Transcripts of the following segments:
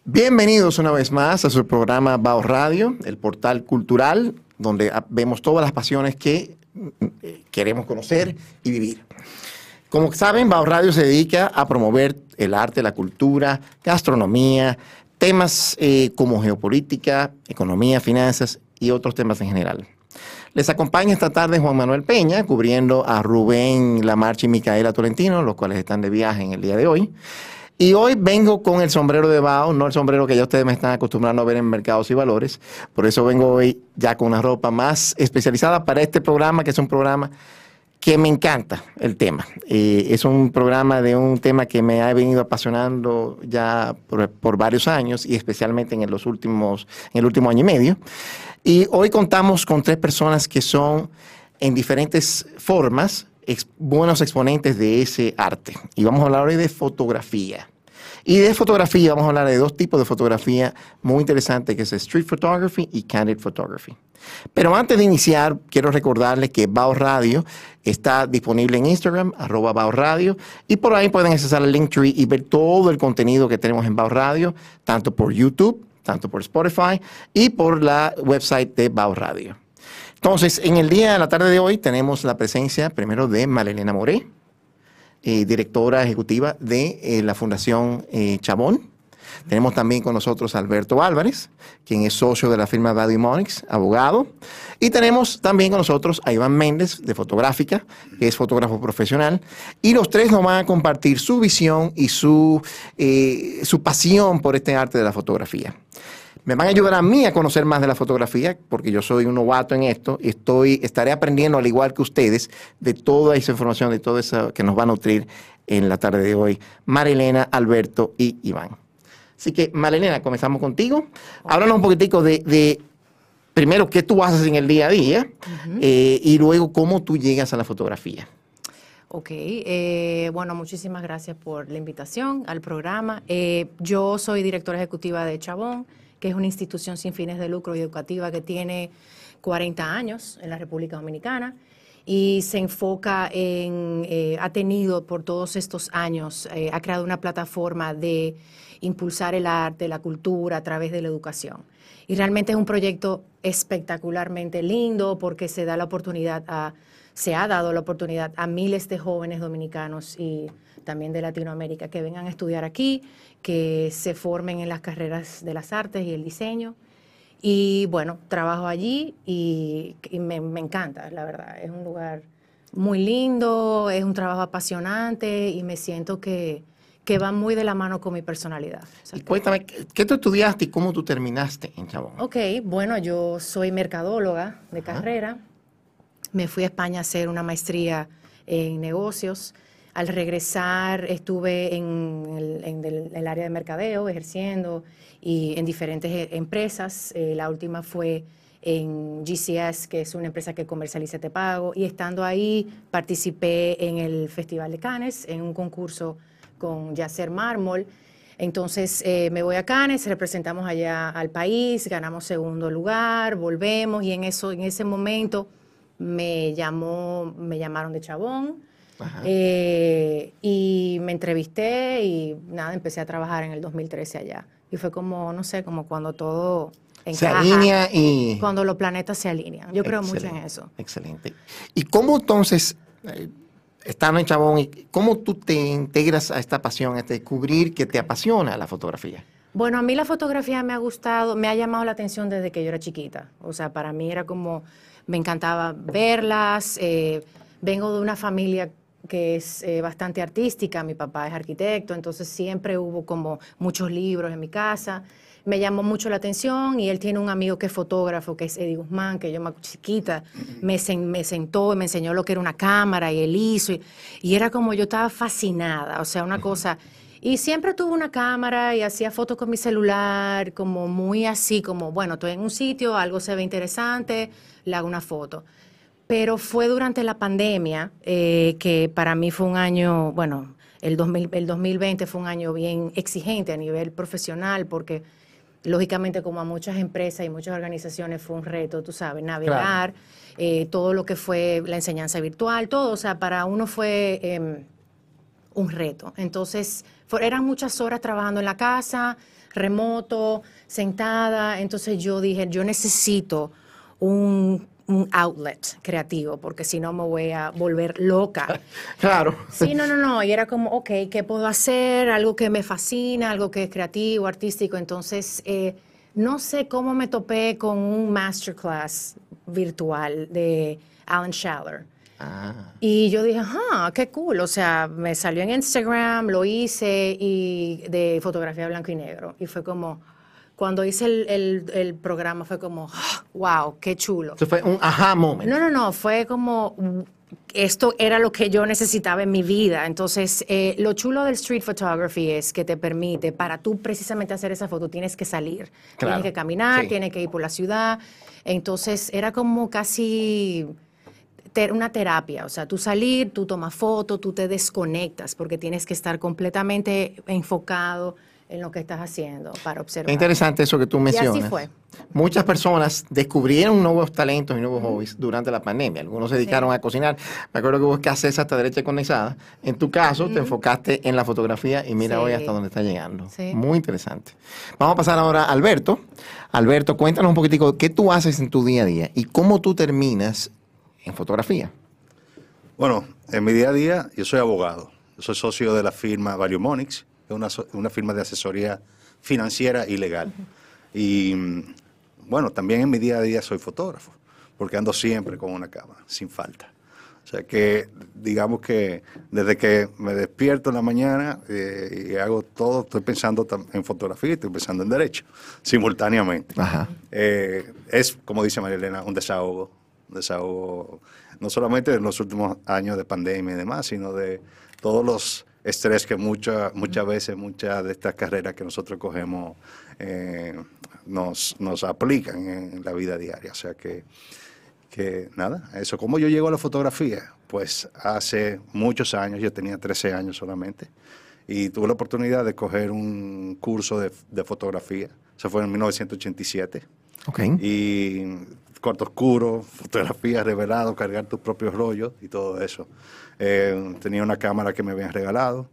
Bienvenidos una vez más a su programa BAO Radio, el portal cultural, donde vemos todas las pasiones que queremos conocer y vivir. Como saben, BAO Radio se dedica a promover el arte, la cultura, gastronomía, temas como geopolítica, economía, finanzas y otros temas en general. Les acompaña esta tarde Juan Manuel Peña, cubriendo a Rubén Lamarche y Micaela Tolentino, los cuales están de viaje en el día de hoy. Y hoy vengo con el sombrero de BAO, no el sombrero que ya ustedes me están acostumbrando a ver en Mercados y Valores. Por eso vengo hoy ya con una ropa más especializada para este programa, que es un programa que me encanta el tema. Es un programa de un tema que me ha venido apasionando ya por varios años y especialmente en el último año y medio. Y hoy contamos con tres personas que son en diferentes formas buenos exponentes de ese arte. Y vamos a hablar hoy de fotografía. Y de fotografía vamos a hablar de dos tipos de fotografía muy interesantes, que es street photography y candid photography. Pero antes de iniciar, quiero recordarles que BAO Radio está disponible en Instagram, @BAO Radio, y por ahí pueden accesar el Linktree y ver todo el contenido que tenemos en BAO Radio, tanto por YouTube, tanto por Spotify y por la website de BAO Radio. Entonces, en la tarde de hoy, tenemos la presencia primero de Marilena Moré, directora ejecutiva de la Fundación Chabón. Tenemos también con nosotros a Alberto Álvarez, quien es socio de la firma Value Monix, abogado. Y tenemos también con nosotros a Iván Méndez, de Fotográfica, que es fotógrafo profesional. Y los tres nos van a compartir su visión y su pasión por este arte de la fotografía. Me van a ayudar a mí a conocer más de la fotografía, porque yo soy un novato en esto y estaré aprendiendo, al igual que ustedes, de toda esa información, de todo eso que nos va a nutrir en la tarde de hoy, Marilena, Alberto y Iván. Así que, Marilena, comenzamos contigo. Háblanos un poquitico de primero, qué tú haces en el día a día y luego cómo tú llegas a la fotografía. Ok, bueno, muchísimas gracias por la invitación al programa. Yo soy directora ejecutiva de Chabón, que es una institución sin fines de lucro y educativa que tiene 40 años en la República Dominicana y se enfoca ha tenido por todos estos años, ha creado una plataforma de impulsar el arte, la cultura a través de la educación. Y realmente es un proyecto espectacularmente lindo porque se ha dado la oportunidad a miles de jóvenes dominicanos y también de Latinoamérica que vengan a estudiar aquí, que se formen en las carreras de las artes y el diseño. Y bueno, trabajo allí y me encanta, la verdad. Es un lugar muy lindo, es un trabajo apasionante y me siento que va muy de la mano con mi personalidad. O sea, y cuéntame, ¿qué tú estudiaste y cómo tú terminaste en Chabón? Ok, bueno, yo soy mercadóloga de carrera. Me fui a España a hacer una maestría en negocios. Al regresar estuve en el área de mercadeo, ejerciendo y en diferentes empresas. La última fue en GCS, que es una empresa que comercializa Te Pago. Y estando ahí participé en el Festival de Cannes, en un concurso con Yasser Mármol. Entonces me voy a Cannes, representamos allá al país, ganamos segundo lugar, volvemos y en ese momento me llamaron de Chabón y me entrevisté y nada, empecé a trabajar en el 2013 allá. Y fue como, no sé, como cuando todo encaja, se alinea y... cuando los planetas se alinean. Yo creo mucho en eso. Excelente. ¿Y cómo entonces, estando en Chabón, cómo tú te integras a esta pasión, a descubrir que te apasiona la fotografía? Bueno, a mí la fotografía me ha gustado, me ha llamado la atención desde que yo era chiquita. O sea, para mí era como, me encantaba verlas. Vengo de una familia que es bastante artística, mi papá es arquitecto, entonces siempre hubo como muchos libros en mi casa. Me llamó mucho la atención y él tiene un amigo que es fotógrafo, que es Eddie Guzmán, que yo más chiquita me sentó y me enseñó lo que era una cámara y él hizo. Y era como yo estaba fascinada, o sea, una cosa... Y siempre tuve una cámara y hacía fotos con mi celular, como muy así, como, bueno, estoy en un sitio, algo se ve interesante, le hago una foto. Pero fue durante la pandemia que para mí fue un año, bueno, el 2020 fue un año bien exigente a nivel profesional porque, lógicamente, como a muchas empresas y muchas organizaciones fue un reto, tú sabes, navegar, claro. Todo lo que fue la enseñanza virtual, todo, o sea, para uno fue un reto. Entonces, eran muchas horas trabajando en la casa, remoto, sentada. Entonces yo dije, yo necesito un outlet creativo, porque si no me voy a volver loca. Claro. Sí, no. Y era como, ok, ¿qué puedo hacer? Algo que me fascina, algo que es creativo, artístico. Entonces, no sé cómo me topé con un masterclass virtual de Alan Schaller. Y yo dije, qué cool. O sea, me salió en Instagram, lo hice, y de fotografía blanco y negro. Y fue como, cuando hice el programa, fue como, wow, qué chulo. Eso fue un aha moment. No, fue como, esto era lo que yo necesitaba en mi vida. Entonces, lo chulo del street photography es que te permite, para tú precisamente hacer esa foto, tienes que salir, Claro, tienes que caminar, sí. tienes que ir por la ciudad. Entonces, era como casi una terapia, o sea, tú salir, tú tomas fotos, tú te desconectas porque tienes que estar completamente enfocado en lo que estás haciendo para observar. Es interesante eso que tú mencionas. Y así fue. Muchas personas descubrieron nuevos talentos y nuevos hobbies durante la pandemia. Algunos se dedicaron a cocinar. Me acuerdo que vos que haces hasta derecha condensada. En tu caso, te enfocaste en la fotografía y mira hoy hasta dónde está llegando. Sí. Muy interesante. Vamos a pasar ahora a Alberto. Alberto, cuéntanos un poquitico qué tú haces en tu día a día y cómo tú terminas en fotografía. Bueno, en mi día a día yo soy abogado. Yo soy socio de la firma Variomonics, que es una firma de asesoría financiera y legal. Y bueno, también en mi día a día soy fotógrafo, porque ando siempre con una cámara, sin falta. O sea que, digamos que desde que me despierto en la mañana y hago todo, estoy pensando en fotografía y estoy pensando en derecho, simultáneamente. Ajá. Es, como dice María Elena, un desahogo, no solamente de los últimos años de pandemia y demás, sino de todos los estrés que muchas veces, muchas de estas carreras que nosotros cogemos nos aplican en la vida diaria. O sea que nada, eso. ¿Cómo yo llego a la fotografía? Pues hace muchos años, yo tenía 13 años solamente, y tuve la oportunidad de coger un curso de fotografía. Eso fue en 1987. Ok. Y corto oscuro, fotografía revelado, cargar tus propios rollos y todo eso. Tenía una cámara que me habían regalado.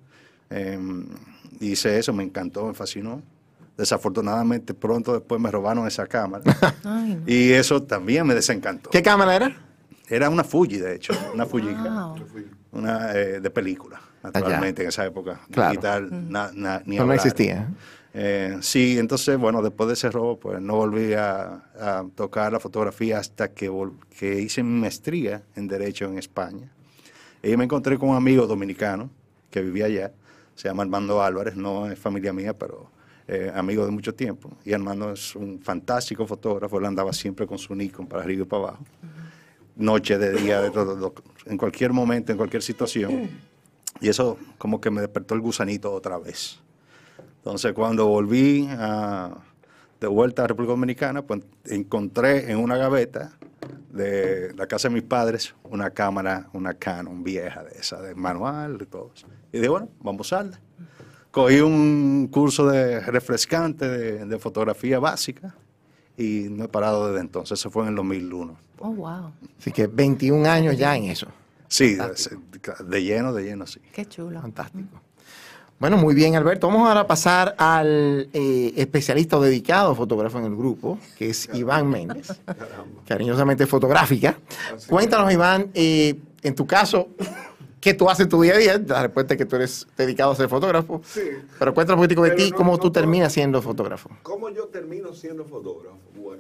Hice eso, me encantó, me fascinó. Desafortunadamente, pronto después me robaron esa cámara. Ay, no. Y eso también me desencantó. ¿Qué cámara era? Era una Fuji, de hecho, una Fujica. Wow. Una de película, naturalmente, en esa época. Claro. Digital, ni No hablar. existía. Sí, entonces, bueno, después de ese robo, pues no volví a tocar la fotografía hasta que hice mi maestría en Derecho en España. Y me encontré con un amigo dominicano que vivía allá, se llama Armando Álvarez, no es familia mía, pero amigo de mucho tiempo. Y Armando es un fantástico fotógrafo, él andaba siempre con su Nikon para arriba y para abajo, noche, de día, de todo, en cualquier momento, en cualquier situación. Y eso como que me despertó el gusanito otra vez. Entonces, cuando volví de vuelta a República Dominicana, pues encontré en una gaveta de la casa de mis padres una cámara, una Canon vieja de esa, de manual, de todo eso. Y dije, bueno, vamos a usarla. Cogí un curso refrescante de fotografía básica y no he parado desde entonces. Eso fue en el 2001. Oh, wow. Así que 21 años ya en eso. Sí, de lleno, sí. Qué chulo. Fantástico. Bueno, muy bien, Alberto. Vamos ahora a pasar al especialista o dedicado fotógrafo en el grupo, que es Iván Méndez, cariñosamente fotográfica. Cuéntanos, Iván, en tu caso, ¿qué tú haces en tu día a día? La respuesta es que tú eres dedicado a ser fotógrafo. Sí. Pero cuéntanos un poquitico de Pero ti, no- cómo no tú todo. terminas siendo fotógrafo. ¿Cómo yo termino siendo fotógrafo?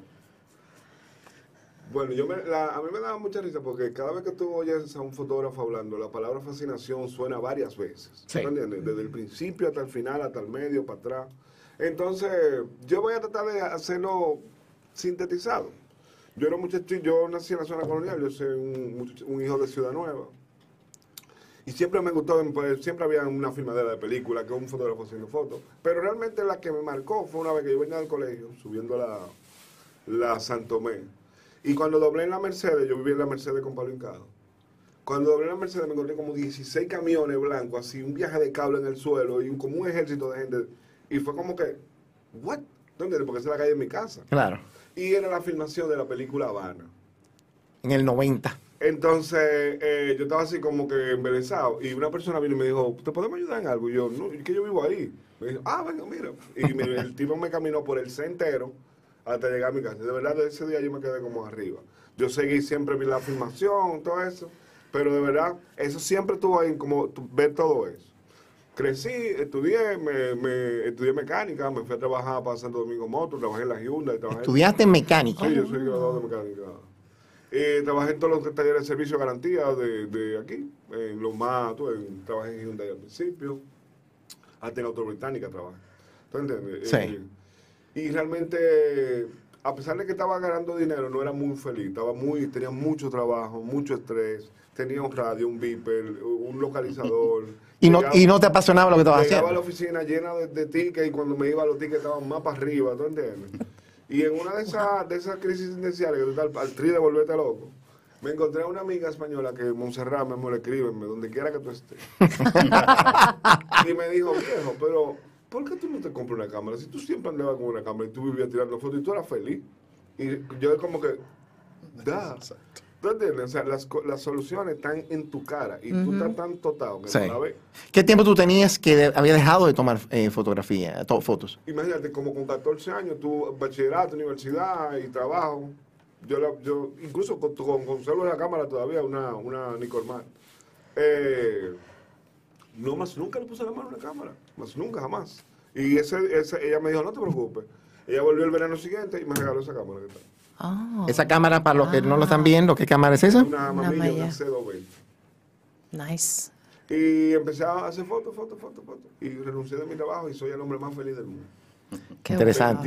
Bueno, a mí me daba mucha risa porque cada vez que tú oyes a un fotógrafo hablando, la palabra fascinación suena varias veces. Sí. ¿Me entiendes? Desde el principio hasta el final, hasta el medio, para atrás. Entonces, yo voy a tratar de hacerlo sintetizado. Yo era muchacho, yo nací en la zona colonial, yo soy un hijo de Ciudad Nueva. Y siempre me gustó, pues, siempre había una filmadera de película, que un fotógrafo haciendo fotos. Pero realmente la que me marcó fue una vez que yo venía del colegio, subiendo la Santomé. Y cuando doblé en la Mercedes, yo vivía en la Mercedes con Pablo Hincado. Cuando doblé en la Mercedes me encontré como 16 camiones blancos, así, un viaje de cable en el suelo y como un ejército de gente. Y fue como que, ¿what? ¿Dónde? Porque esa es la calle de mi casa. Claro, Y era la filmación de la película Habana. en el 90. Entonces, yo estaba así como que embelesado. Y una persona vino y me dijo, ¿te podemos ayudar en algo? Y yo, no, es que yo vivo ahí. Me dijo, venga, mira. Y el tipo me caminó por el centro hasta llegar a mi casa. De verdad, de ese día yo me quedé como arriba. Yo seguí siempre la filmación, todo eso. Pero de verdad, eso siempre estuvo ahí, como ver todo eso. Crecí, estudié, estudié mecánica, me fui a trabajar para Santo Domingo Motor, trabajé en la Hyundai. ¿Estudiaste en mecánica? Sí, yo soy graduado de mecánica. Trabajé en todos los talleres de servicio de garantía de aquí, en los más, trabajé en Hyundai al principio, hasta en Auto Británica trabajé. ¿Tú entiendes? Sí. Y realmente, a pesar de que estaba ganando dinero, no era muy feliz, tenía mucho trabajo, mucho estrés, tenía un radio, un beeper, un localizador. ¿Y no te apasionaba lo que estabas haciendo? Llegaba a la oficina llena de tickets y cuando me iba los tickets estaban más para arriba, ¿tú entiendes? Y en una de esas crisis existenciales que tú estás al tri de volverte loco, me encontré a una amiga española que Montserrat, mi amor, escríbeme, donde quiera que tú estés. Y me dijo, viejo, pero ¿por qué tú no te compras una cámara? Si tú siempre andabas con una cámara y tú vivías tirando fotos y tú eras feliz. Y yo como que, ¿tú entiendes? O sea, las soluciones están en tu cara y tú estás tan totado que no la ves. ¿Qué tiempo tú tenías que había dejado de tomar fotos? Imagínate, como con 14 años, tu bachillerato, universidad y trabajo. Yo incluso conservo la cámara todavía, una Nicorman. No más nunca le puse la mano a una cámara, más nunca, jamás. Y ella me dijo, no te preocupes. Ella volvió el verano siguiente y me regaló esa cámara que está. Oh. Esa cámara, para los que no lo están viendo, ¿qué cámara es esa? Una Mamiya, una C220. Nice. Y empecé a hacer fotos. Y renuncié de mi trabajo y soy el hombre más feliz del mundo. Qué Interesante.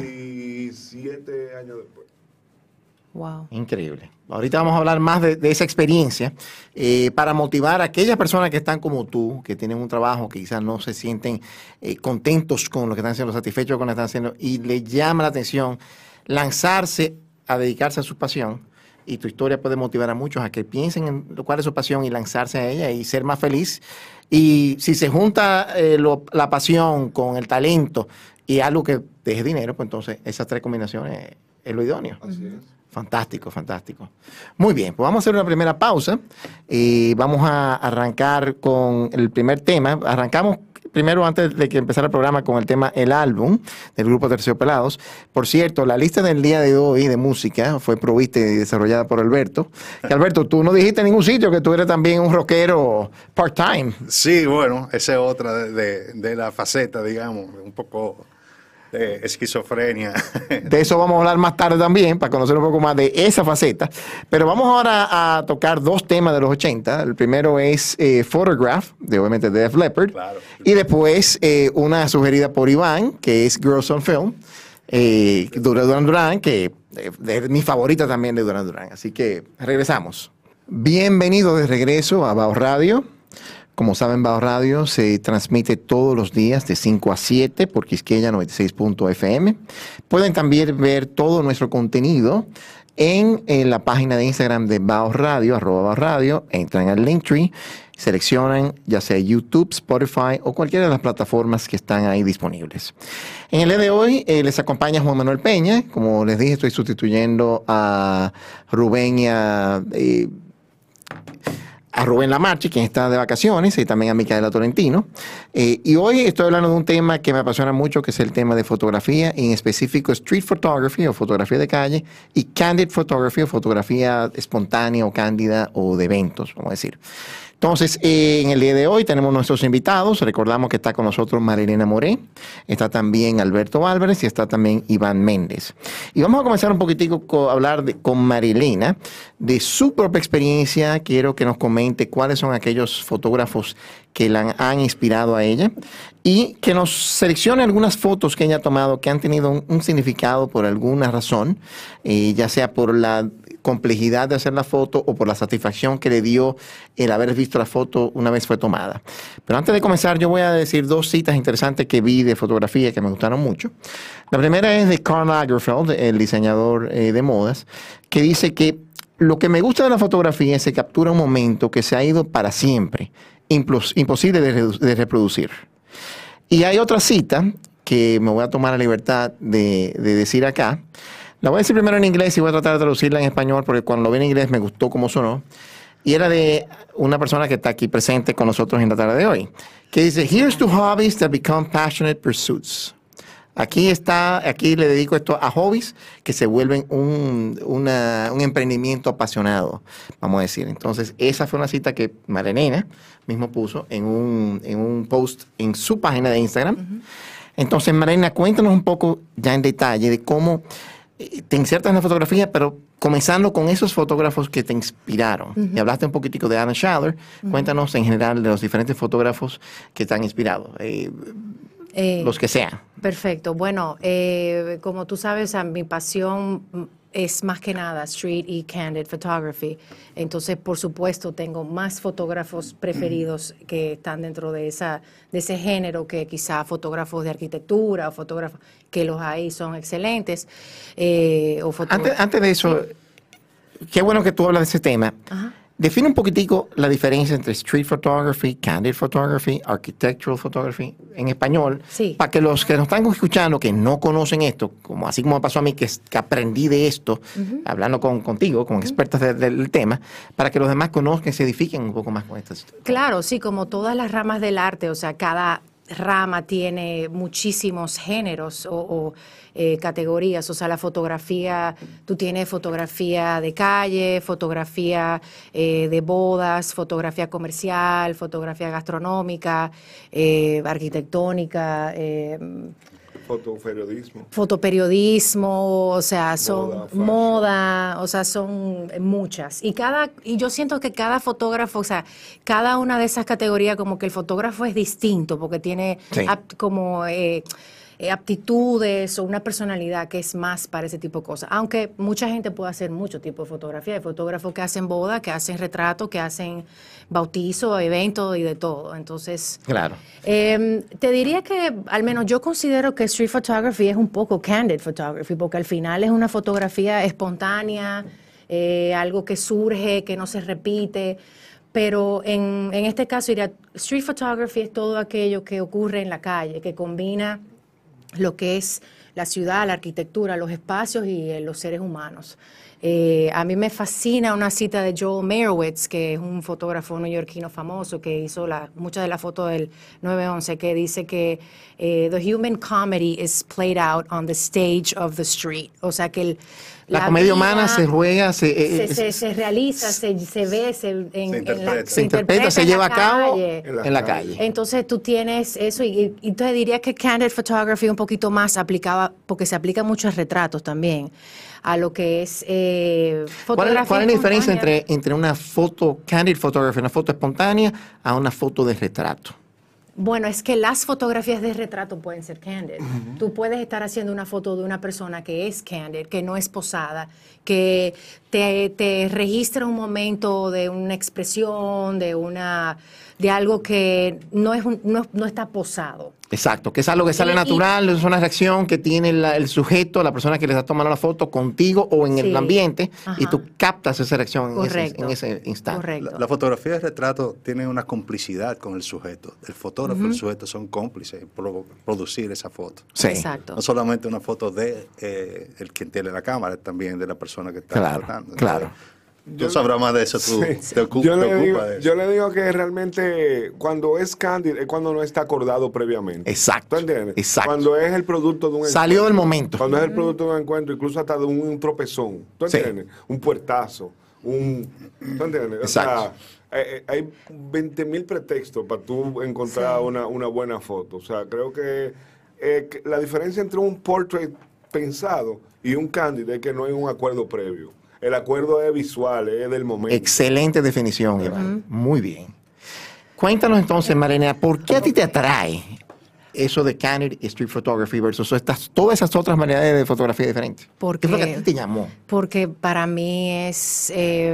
27 años después. Wow. Increíble. Ahorita vamos a hablar más de esa experiencia para motivar a aquellas personas que están como tú, que tienen un trabajo que quizás no se sienten contentos con lo que están haciendo, satisfechos con lo que están haciendo, y les llama la atención lanzarse a dedicarse a su pasión. Y tu historia puede motivar a muchos a que piensen en cuál es su pasión y lanzarse a ella y ser más feliz. Y si se junta la pasión con el talento y algo que deje dinero, pues entonces esas tres combinaciones es lo idóneo. Así es. Fantástico, fantástico. Muy bien, pues vamos a hacer una primera pausa y vamos a arrancar con el primer tema. Arrancamos primero, antes de que empezara el programa, con el tema El Álbum del grupo Terciopelados. Por cierto, la lista del día de hoy de música fue provista y desarrollada por Alberto. Que Alberto, tú no dijiste en ningún sitio que tú eres también un rockero part-time. Sí, bueno, esa es otra de la faceta, digamos, un poco de esquizofrenia. De eso vamos a hablar más tarde también, para conocer un poco más de esa faceta. Pero vamos ahora a tocar dos temas de los 80. El primero es Photograph, obviamente de Def Leppard. Claro. Y después una sugerida por Iván, que es Girls on Film, de Duran Duran, que es mi favorita también de Duran Duran. Así que regresamos. Bienvenido de regreso a Bao Radio. Como saben, Bao Radio se transmite todos los días de 5 a 7 por Quisqueya 96.fm. Pueden también ver todo nuestro contenido en la página de Instagram de Bao Radio, @BaoRadio. Entran al Linktree, seleccionan ya sea YouTube, Spotify o cualquiera de las plataformas que están ahí disponibles. En el día de hoy les acompaña Juan Manuel Peña. Como les dije, estoy sustituyendo a Rubén y a Rubén Lamarche, quien está de vacaciones, y también a Micaela Tolentino. Y hoy estoy hablando de un tema que me apasiona mucho, que es el tema de fotografía, en específico street photography o fotografía de calle, y candid photography o fotografía espontánea o cándida o de eventos, vamos a decir. Entonces, en el día de hoy tenemos nuestros invitados. Recordamos que está con nosotros Marilena Moré, está también Alberto Álvarez y está también Iván Méndez. Y vamos a comenzar un poquitico a hablar con Marilena de su propia experiencia. Quiero que nos comente cuáles son aquellos fotógrafos que la han inspirado a ella y que nos seleccione algunas fotos que ella ha tomado que han tenido un significado por alguna razón, ya sea por la complejidad de hacer la foto o por la satisfacción que le dio el haber visto la foto una vez fue tomada. Pero antes de comenzar, yo voy a decir dos citas interesantes que vi de fotografía que me gustaron mucho. La primera es de Karl Lagerfeld, el diseñador de modas, que dice que lo que me gusta de la fotografía es que captura un momento que se ha ido para siempre, imposible de reproducir. Y hay otra cita que me voy a tomar la libertad de decir acá. La voy a decir primero en inglés y voy a tratar de traducirla en español porque cuando lo vi en inglés me gustó cómo sonó. y era de una persona que está aquí presente con nosotros en la tarde de hoy, que dice, here's to hobbies that become passionate pursuits. Aquí le dedico esto a hobbies que se vuelven un emprendimiento apasionado, vamos a decir. Entonces, esa fue una cita que Marenena mismo puso en un post en su página de Instagram. Uh-huh. Entonces, Marena, cuéntanos un poco ya en detalle de cómo te insertas en la fotografía, pero comenzando con esos fotógrafos que te inspiraron. Uh-huh. Y hablaste un poquitico de Anna Schaller. Uh-huh. Cuéntanos en general de los diferentes fotógrafos que te han inspirado. Los que sean. Perfecto. Bueno, como tú sabes, mi pasión es más que nada street y candid photography. Entonces, por supuesto, tengo más fotógrafos preferidos que están dentro de ese género que quizá fotógrafos de arquitectura o fotógrafos que los hay son excelentes. Antes de eso, qué bueno que tú hablas de ese tema. Ajá. Define un poquitico la diferencia entre street photography, candid photography, architectural photography, en español, sí, para que los que nos están escuchando, que no conocen esto, así como pasó a mí, que aprendí de esto, uh-huh, hablando contigo, con expertas del tema, para que los demás conozcan y se edifiquen un poco más con estas. Claro, sí, como todas las ramas del arte, o sea, cada rama tiene muchísimos géneros o categorías, o sea, la fotografía, tú tienes fotografía de calle, fotografía de bodas, fotografía comercial, fotografía gastronómica, arquitectónica, fotoperiodismo, o sea, son moda, o sea, son muchas. Y yo siento que cada fotógrafo, o sea, cada una de esas categorías, como que el fotógrafo es distinto, porque tiene sí, aptitudes o una personalidad que es más para ese tipo de cosas. Aunque mucha gente puede hacer mucho tipo de fotografía. Hay fotógrafos que hacen boda, que hacen retrato, que hacen bautizo, eventos y de todo. Entonces, claro. Te diría que al menos yo considero que street photography es un poco candid photography, porque al final es una fotografía espontánea, algo que surge, que no se repite. Pero en este caso, street photography es todo aquello que ocurre en la calle, que combina lo que es la ciudad, la arquitectura, los espacios y los seres humanos. A mí me fascina una cita de Joel Meyerowitz, que es un fotógrafo neoyorquino famoso que hizo muchas de las fotos del 9/11, que dice que the human comedy is played out on the stage of the street. O sea que la comedia humana se juega, se realiza, se ve, se interpreta, se lleva a cabo en la calle. Entonces tú tienes eso y entonces diría que candid photography un poquito más aplicada, porque se aplica mucho a retratos también, a lo que es fotografía. ¿Cuál es la diferencia entre una foto candid photography, una foto espontánea, a una foto de retrato? Bueno, es que las fotografías de retrato pueden ser candid. Uh-huh. Tú puedes estar haciendo una foto de una persona que es candid, que no es posada, que te registra un momento de una expresión, de algo que no está posado. Exacto, que es algo que sale natural, es una reacción que tiene el sujeto, la persona que le está tomando la foto contigo o en el ambiente, ajá, y tú captas esa reacción en ese instante. Correcto. La fotografía de retrato tiene una complicidad con el sujeto. El fotógrafo y el sujeto son cómplices por producir esa foto. Sí. Exacto. No solamente una foto de el quien tiene la cámara, también de la persona que está tratando. Claro. Tú sabrás más de eso, tú sí, te ocupas de eso. Yo le digo que realmente cuando es candid es cuando no está acordado previamente. Exacto. ¿Tú entiendes? Exacto. Cuando es el producto de un salió del momento. Cuando es el producto de un encuentro, incluso hasta de un tropezón. ¿Tú entiendes? Sí. Un puertazo. ¿Tú entiendes? Exacto. O sea, hay 20.000 pretextos para tú encontrar una buena foto. O sea, creo que la diferencia entre un portrait pensado y un candid es que no hay un acuerdo previo. El acuerdo es visual, es del momento. Excelente definición, Iván. Muy bien. Cuéntanos entonces, Marina, ¿por qué a ti te atrae eso de candid y street photography versus todas esas otras maneras de fotografía diferentes? ¿Qué fue lo que a ti te llamó? Porque para mí es,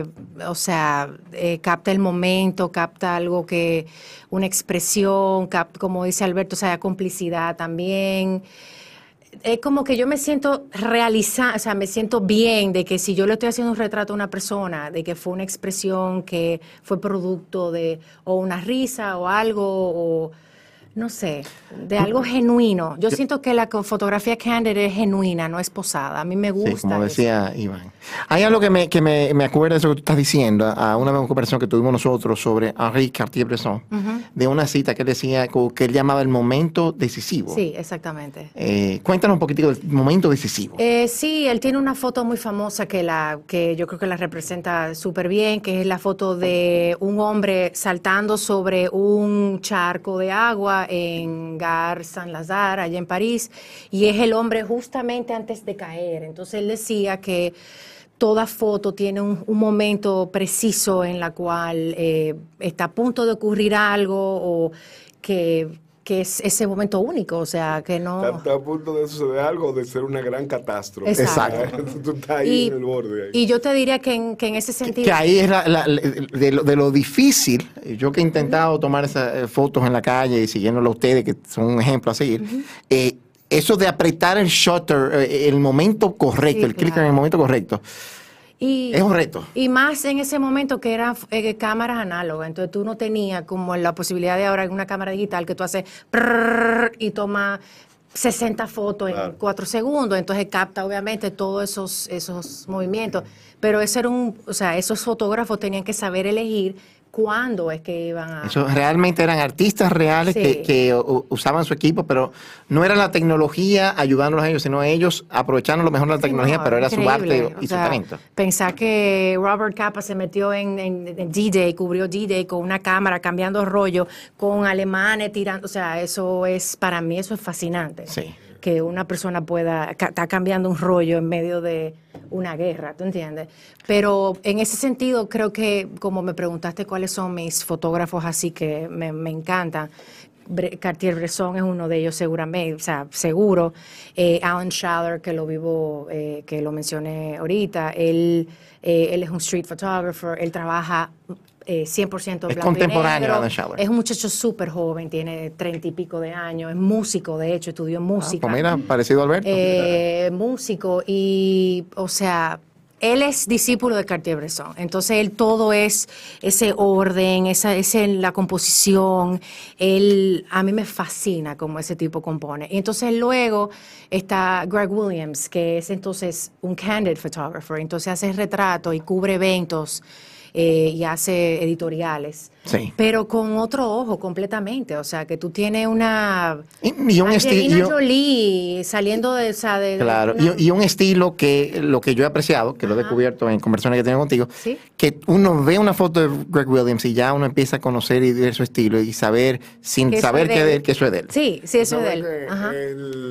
capta el momento, capta algo que, una expresión, como dice Alberto, o sea, complicidad también. Es como que yo me siento realizada, o sea, me siento bien de que si yo le estoy haciendo un retrato a una persona, de que fue una expresión que fue producto de o una risa o algo, no sé, de algo genuino. Yo siento que la fotografía candid es genuina, no es posada. A mí me gusta. Sí, como eso. decía Iván. Hay algo me acuerda de eso que tú estás diciendo, a una conversación que tuvimos nosotros sobre Henri Cartier-Bresson, de una cita que él decía que él llamaba el momento decisivo. Sí, exactamente. Cuéntanos un poquitico del momento decisivo. Sí, él tiene una foto muy famosa que yo creo que la representa súper bien, que es la foto de un hombre saltando sobre un charco de agua en Gare Saint-Lazare, allá en París, y es el hombre justamente antes de caer. Entonces él decía que toda foto tiene un momento preciso en la cual está a punto de ocurrir algo o que es ese momento único, o sea, que no... Está a punto de suceder algo, de ser una gran catástrofe. Exacto. Tú estás ahí en el borde. Ahí. Y yo te diría que en ese sentido... Que ahí es de lo difícil, yo que he intentado tomar esas fotos en la calle y siguiéndolo a ustedes, que son un ejemplo a seguir, eso de apretar el shutter, el momento correcto, Sí, el clic claro. en el momento correcto, es un reto. Y más en ese momento que eran cámaras análogas, entonces tú no tenías como la posibilidad de ahora en una cámara digital que tú haces prrrr y toma 60 fotos en 4 segundos, entonces capta obviamente todos esos movimientos, pero ese era o sea, esos fotógrafos tenían que saber elegir cuándo es que iban a... Eso realmente eran artistas reales Sí. que usaban su equipo, pero no era la tecnología ayudándolos a ellos, sino ellos aprovechando lo mejor de la tecnología, no, pero era su increíble. arte y O su sea, talento. Pensar que Robert Capa se metió en D-Day, cubrió D-Day con una cámara, cambiando rollo, con alemanes tirando, o sea, eso es, para mí eso es fascinante. Sí. Que una persona pueda estar cambiando un rollo en medio de una guerra, ¿tú entiendes? Pero en ese sentido creo que, como me preguntaste cuáles son mis fotógrafos así que me encantan, Cartier-Bresson es uno de ellos seguramente, o sea, seguro. Alan Schaller, que que lo mencioné ahorita, él es un street photographer, él trabaja 100% Es blanco y contemporáneo, negro. Alan Schaller. Es un muchacho súper joven, tiene 30 y pico de años, es músico, de hecho, estudió música. Pues mira, parecido a Alberto. Músico y, o sea, él es discípulo de Cartier-Bresson, entonces él todo es ese orden, la composición, a mí me fascina cómo ese tipo compone. Y entonces luego está Greg Williams, que es entonces un candid photographer, entonces hace retratos y cubre eventos. Y hace editoriales, Sí. pero con otro ojo completamente, o sea, que tú tienes una Y un Angelina estilo. Jolie saliendo de esa Claro, y un estilo que lo que yo he apreciado, que lo he descubierto en conversaciones que he tenido contigo, Sí. que uno ve una foto de Greg Williams y ya uno empieza a conocer y ver su estilo y saber, sin Que eso saber es de que, él. que eso es de él. Sí, sí, eso es de ¿Sabes él. que Ajá.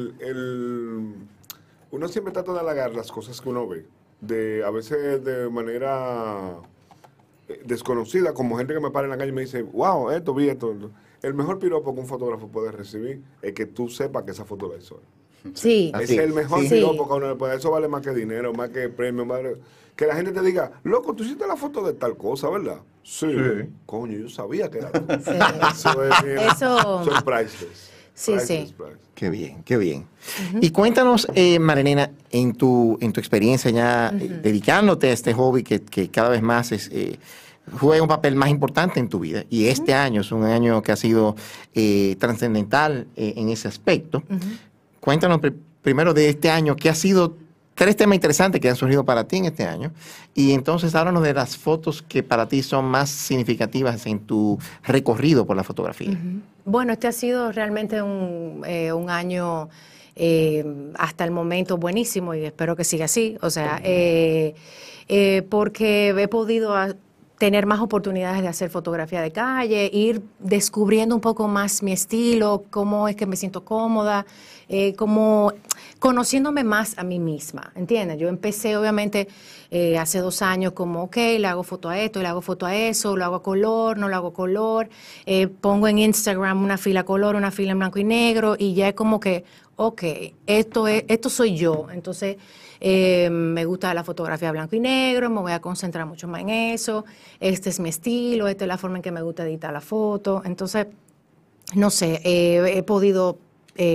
uno siempre trata de halagar las cosas que uno ve, a veces de manera desconocida, como gente que me para en la calle y me dice, wow, esto, vi esto. El mejor piropo que un fotógrafo puede recibir es que tú sepas que esa foto la hizo él. Sí, Así Es el mejor sí. piropo que uno le puede. Eso vale más que dinero, más que premio, que la gente te diga, loco, tú hiciste la foto de tal cosa, ¿verdad? Sí. Coño, yo sabía que era tú. Eso es, mira, Eso- son priceless. Sí, Priceless, sí. priceless. Qué bien, qué bien. Y cuéntanos, Marilena, en tu experiencia ya dedicándote a este hobby que cada vez más juega un papel más importante en tu vida. Y este año es un año que ha sido trascendental en ese aspecto. Cuéntanos primero de este año, ¿qué ha sido 3 temas interesantes que han surgido para ti en este año? Y entonces háblanos de las fotos que para ti son más significativas en tu recorrido por la fotografía. Bueno, este ha sido realmente un año hasta el momento buenísimo y espero que siga así. O sea, porque he podido tener más oportunidades de hacer fotografía de calle, ir descubriendo un poco más mi estilo, cómo es que me siento cómoda, como conociéndome más a mí misma, ¿entiendes? Yo empecé obviamente hace 2 años como, ok, le hago foto a esto, le hago foto a eso, lo hago a color, no lo hago a color, pongo en Instagram una fila a color, una fila en blanco y negro y ya es como que, ok, esto soy yo, entonces me gusta la fotografía blanco y negro, me voy a concentrar mucho más en eso, este es mi estilo, esta es la forma en que me gusta editar la foto, entonces, no sé, he podido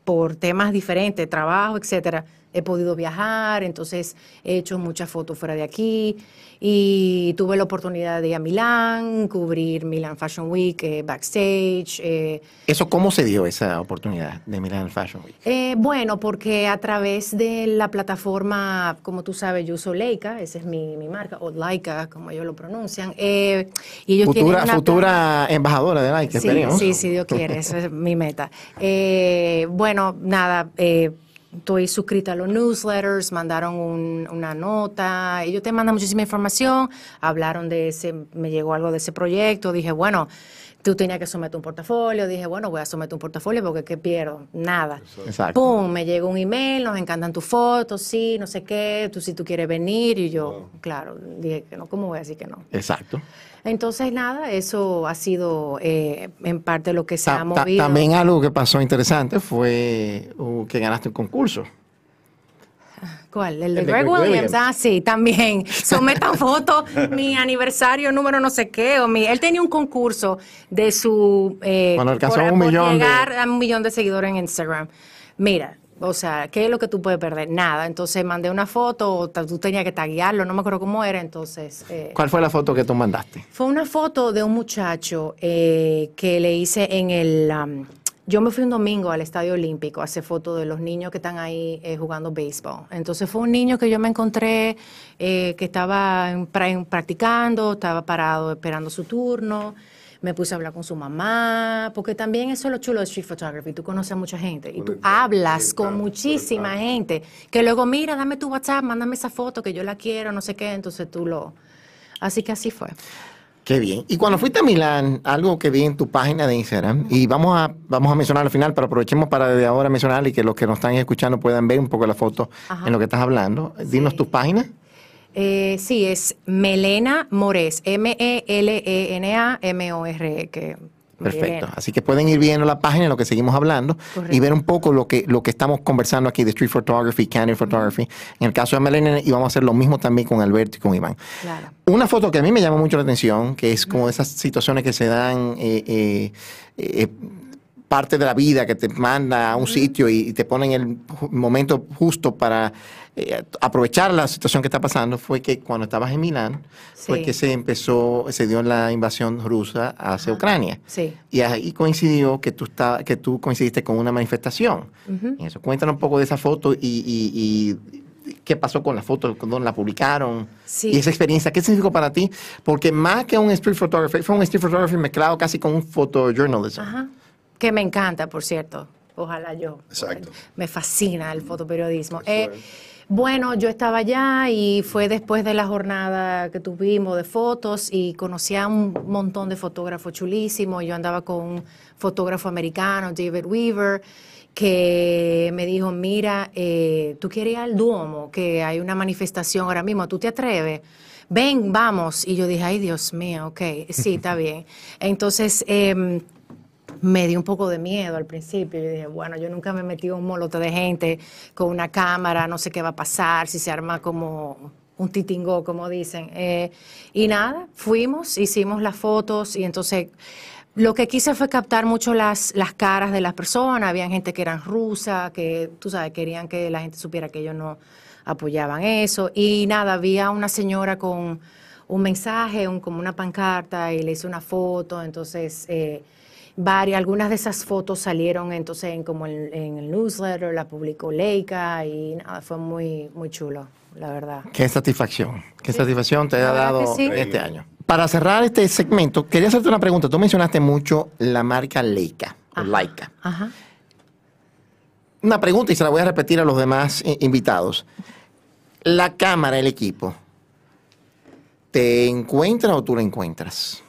por temas diferentes, trabajo, etcétera, he podido viajar, entonces he hecho muchas fotos fuera de aquí y tuve la oportunidad de ir a Milán, cubrir Milan Fashion Week, backstage. ¿Eso cómo se dio esa oportunidad de Milan Fashion Week? Bueno, porque a través de la plataforma, como tú sabes, yo uso Leica, esa es mi marca, o Laika, como ellos lo pronuncian. Y ellos tienen una Futura embajadora de Nike, Sí, esperemos. sí, si Dios quiere, esa es mi meta. Bueno, nada, estoy suscrita a los newsletters, mandaron una nota, ellos te mandan muchísima información, hablaron de ese, me llegó algo de ese proyecto, dije, bueno, tú tenías que someter un portafolio, dije, bueno, voy a someter un portafolio porque ¿qué pierdo? Nada. Exacto. Pum, me llegó un email, nos encantan tus fotos, sí, no sé qué, si tú quieres venir, y yo, claro, dije que no, ¿cómo voy a decir que no? Exacto. Entonces, nada, eso ha sido en parte lo que se ha movido. También algo que pasó interesante fue que ganaste un concurso. ¿Cuál? El de Greg Williams. Ah, sí, también. Sometan fotos, mi aniversario número no sé qué. Él tenía un concurso de su... Cuando alcanzó por 1 millón llegar a 1 millón de seguidores en Instagram. Mira, o sea, ¿qué es lo que tú puedes perder? Nada. Entonces mandé una foto, tú tenías que taguearlo, no me acuerdo cómo era, entonces... ¿Cuál fue la foto que tú mandaste? Fue una foto de un muchacho que le hice en el... yo me fui un domingo al Estadio Olímpico a hacer fotos de los niños que están ahí jugando béisbol. Entonces fue un niño que yo me encontré que estaba practicando, estaba parado esperando su turno. Me puse a hablar con su mamá, porque también eso es lo chulo de street photography. Tú conoces a mucha gente y tú hablas con muchísima gente que luego, mira, dame tu WhatsApp, mándame esa foto que yo la quiero, no sé qué. Entonces tú lo... Así que así fue. Qué bien. Y cuando fuiste a Milán, algo que vi en tu página de Instagram, y vamos a mencionar al final, pero aprovechemos para desde ahora mencionar y que los que nos están escuchando puedan ver un poco la foto en lo que estás hablando. Dinos tus páginas. Sí, es Melena Mores, MELENA MORE. Perfecto. Así que pueden ir viendo la página en lo que seguimos hablando. Correcto. Y ver un poco lo que estamos conversando aquí de street photography, candid photography. En el caso de Melena, y vamos a hacer lo mismo también con Alberto y con Iván. Claro. Una foto que a mí me llama mucho la atención, que es como esas situaciones que se dan parte de la vida, que te manda a un sitio y te pone en el momento justo para aprovechar la situación que está pasando, fue que cuando estabas en Milán, fue Sí. que se dio la invasión rusa hacia Ucrania. Sí. Y ahí coincidió que tú coincidiste con una manifestación. Y eso, cuéntanos un poco de esa foto y qué pasó con la foto, dónde la publicaron. Sí. Y esa experiencia, ¿qué significó para ti? Porque más que un street photography, fue un street photography mezclado casi con un photojournalism. Ajá. Que me encanta, por cierto. Ojalá yo. Exacto. Me fascina el fotoperiodismo. Eso es. Bueno, yo estaba allá y fue después de la jornada que tuvimos de fotos y conocí a un montón de fotógrafos chulísimos. Yo andaba con un fotógrafo americano, David Weaver, que me dijo, mira, tú quieres ir al Duomo, que hay una manifestación ahora mismo, ¿tú te atreves? Ven, vamos. Y yo dije, ay, Dios mío, ok, sí, está bien. Entonces... me dio un poco de miedo al principio. Yo dije, bueno, yo nunca me he metido en un molote de gente con una cámara, no sé qué va a pasar, si se arma como un titingó, como dicen. Y nada, fuimos, hicimos las fotos y entonces lo que quise fue captar mucho las caras de las personas. Había gente que eran rusa, que tú sabes, querían que la gente supiera que ellos no apoyaban eso. Y nada, había una señora con un mensaje, como una pancarta y le hice una foto, entonces... algunas de esas fotos salieron entonces en el newsletter, la publicó Leica y nada, fue muy, muy chulo, la verdad. Qué satisfacción. Qué satisfacción te La ha verdad dado que sí. este año. Para cerrar este segmento, quería hacerte una pregunta. Tú mencionaste mucho la marca Leica, o Leica. Ajá. Una pregunta y se la voy a repetir a los demás invitados. La cámara, el equipo, ¿te encuentra o tú la encuentras?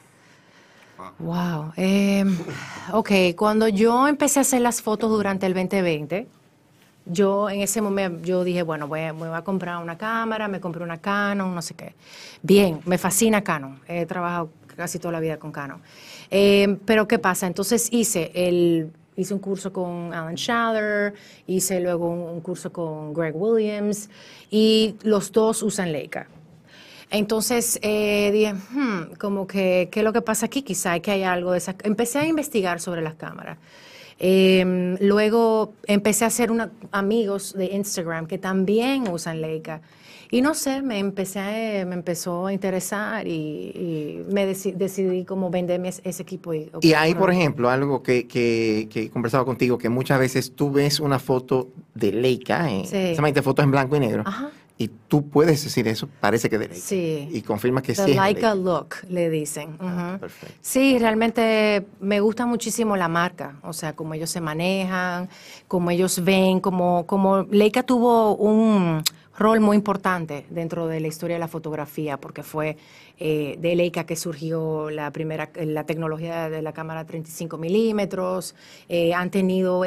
Wow. Ok, cuando yo empecé a hacer las fotos durante el 2020, yo en ese momento yo dije, bueno, me voy a comprar una cámara, me compré una Canon, no sé qué. Bien, me fascina Canon. He trabajado casi toda la vida con Canon. Pero ¿qué pasa? Entonces hice un curso con Alan Schaller, hice luego un curso con Greg Williams y los dos usan Leica. Entonces dije, como que, ¿qué es lo que pasa aquí? Quizá que hay algo de esa... Empecé a investigar sobre las cámaras Luego empecé a hacer amigos de Instagram que también usan Leica. Y no sé, me empezó a interesar y me decidí como venderme ese equipo. Y ahí, por ejemplo, algo que he conversado contigo, que muchas veces tú ves una foto de Leica, precisamente fotos en blanco y negro, Ajá. y tú puedes decir eso, parece que de Leica. Sí. Y confirma que The sí es de Leica Leica. look, le dicen. Ujú. Perfecto. Sí, realmente me gusta muchísimo la marca, o sea, cómo ellos se manejan, cómo ellos ven, como Leica tuvo un rol muy importante dentro de la historia de la fotografía, porque fue de Leica que surgió la tecnología de la cámara 35 milímetros. Han tenido,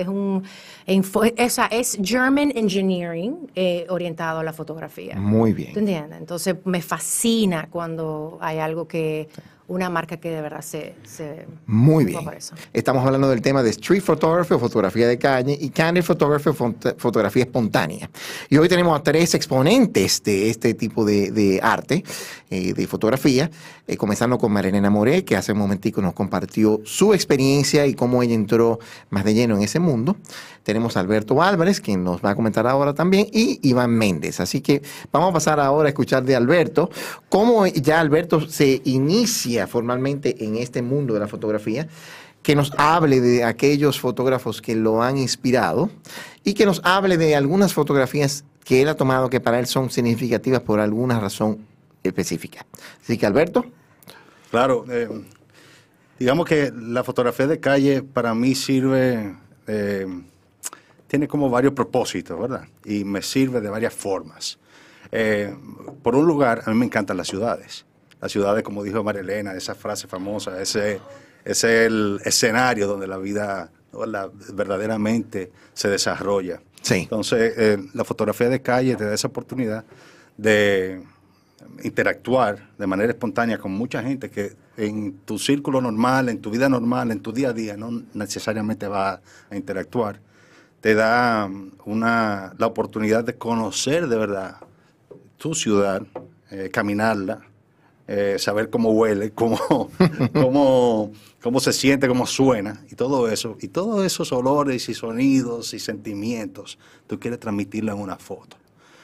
es German Engineering orientado a la fotografía. Muy bien. ¿Tú entiendes? Entonces me fascina cuando hay algo una marca que de verdad se Muy preocupa bien. por eso. Estamos hablando del tema de street photography o fotografía de calle y candid photography o fotografía espontánea. Y hoy tenemos a 3 exponentes de este tipo de arte, de fotografía, comenzando con Marilena Moré, que hace un momentico nos compartió su experiencia y cómo ella entró más de lleno en ese mundo. Tenemos a Alberto Álvarez, quien nos va a comentar ahora también, y Iván Méndez. Así que vamos a pasar ahora a escuchar de Alberto, cómo ya Alberto se inicia formalmente en este mundo de la fotografía, que nos hable de aquellos fotógrafos que lo han inspirado y que nos hable de algunas fotografías que él ha tomado que para él son significativas por alguna razón específica. Así que, Alberto. Claro, digamos que la fotografía de calle para mí sirve, tiene como varios propósitos, ¿verdad? Y me sirve de varias formas. Por un lugar, a mí me encantan las ciudades. Las ciudades, como dijo Marilena, esa frase famosa, ese es el escenario donde la vida, ¿verdad?, verdaderamente se desarrolla. Sí. Entonces, la fotografía de calle te da esa oportunidad de interactuar de manera espontánea con mucha gente que en tu círculo normal, en tu vida normal, en tu día a día, no necesariamente va a interactuar. Te da la oportunidad de conocer de verdad tu ciudad, caminarla, saber cómo huele, cómo se siente, cómo suena, y todo eso. Y todos esos olores y sonidos y sentimientos, tú quieres transmitirlo en una foto.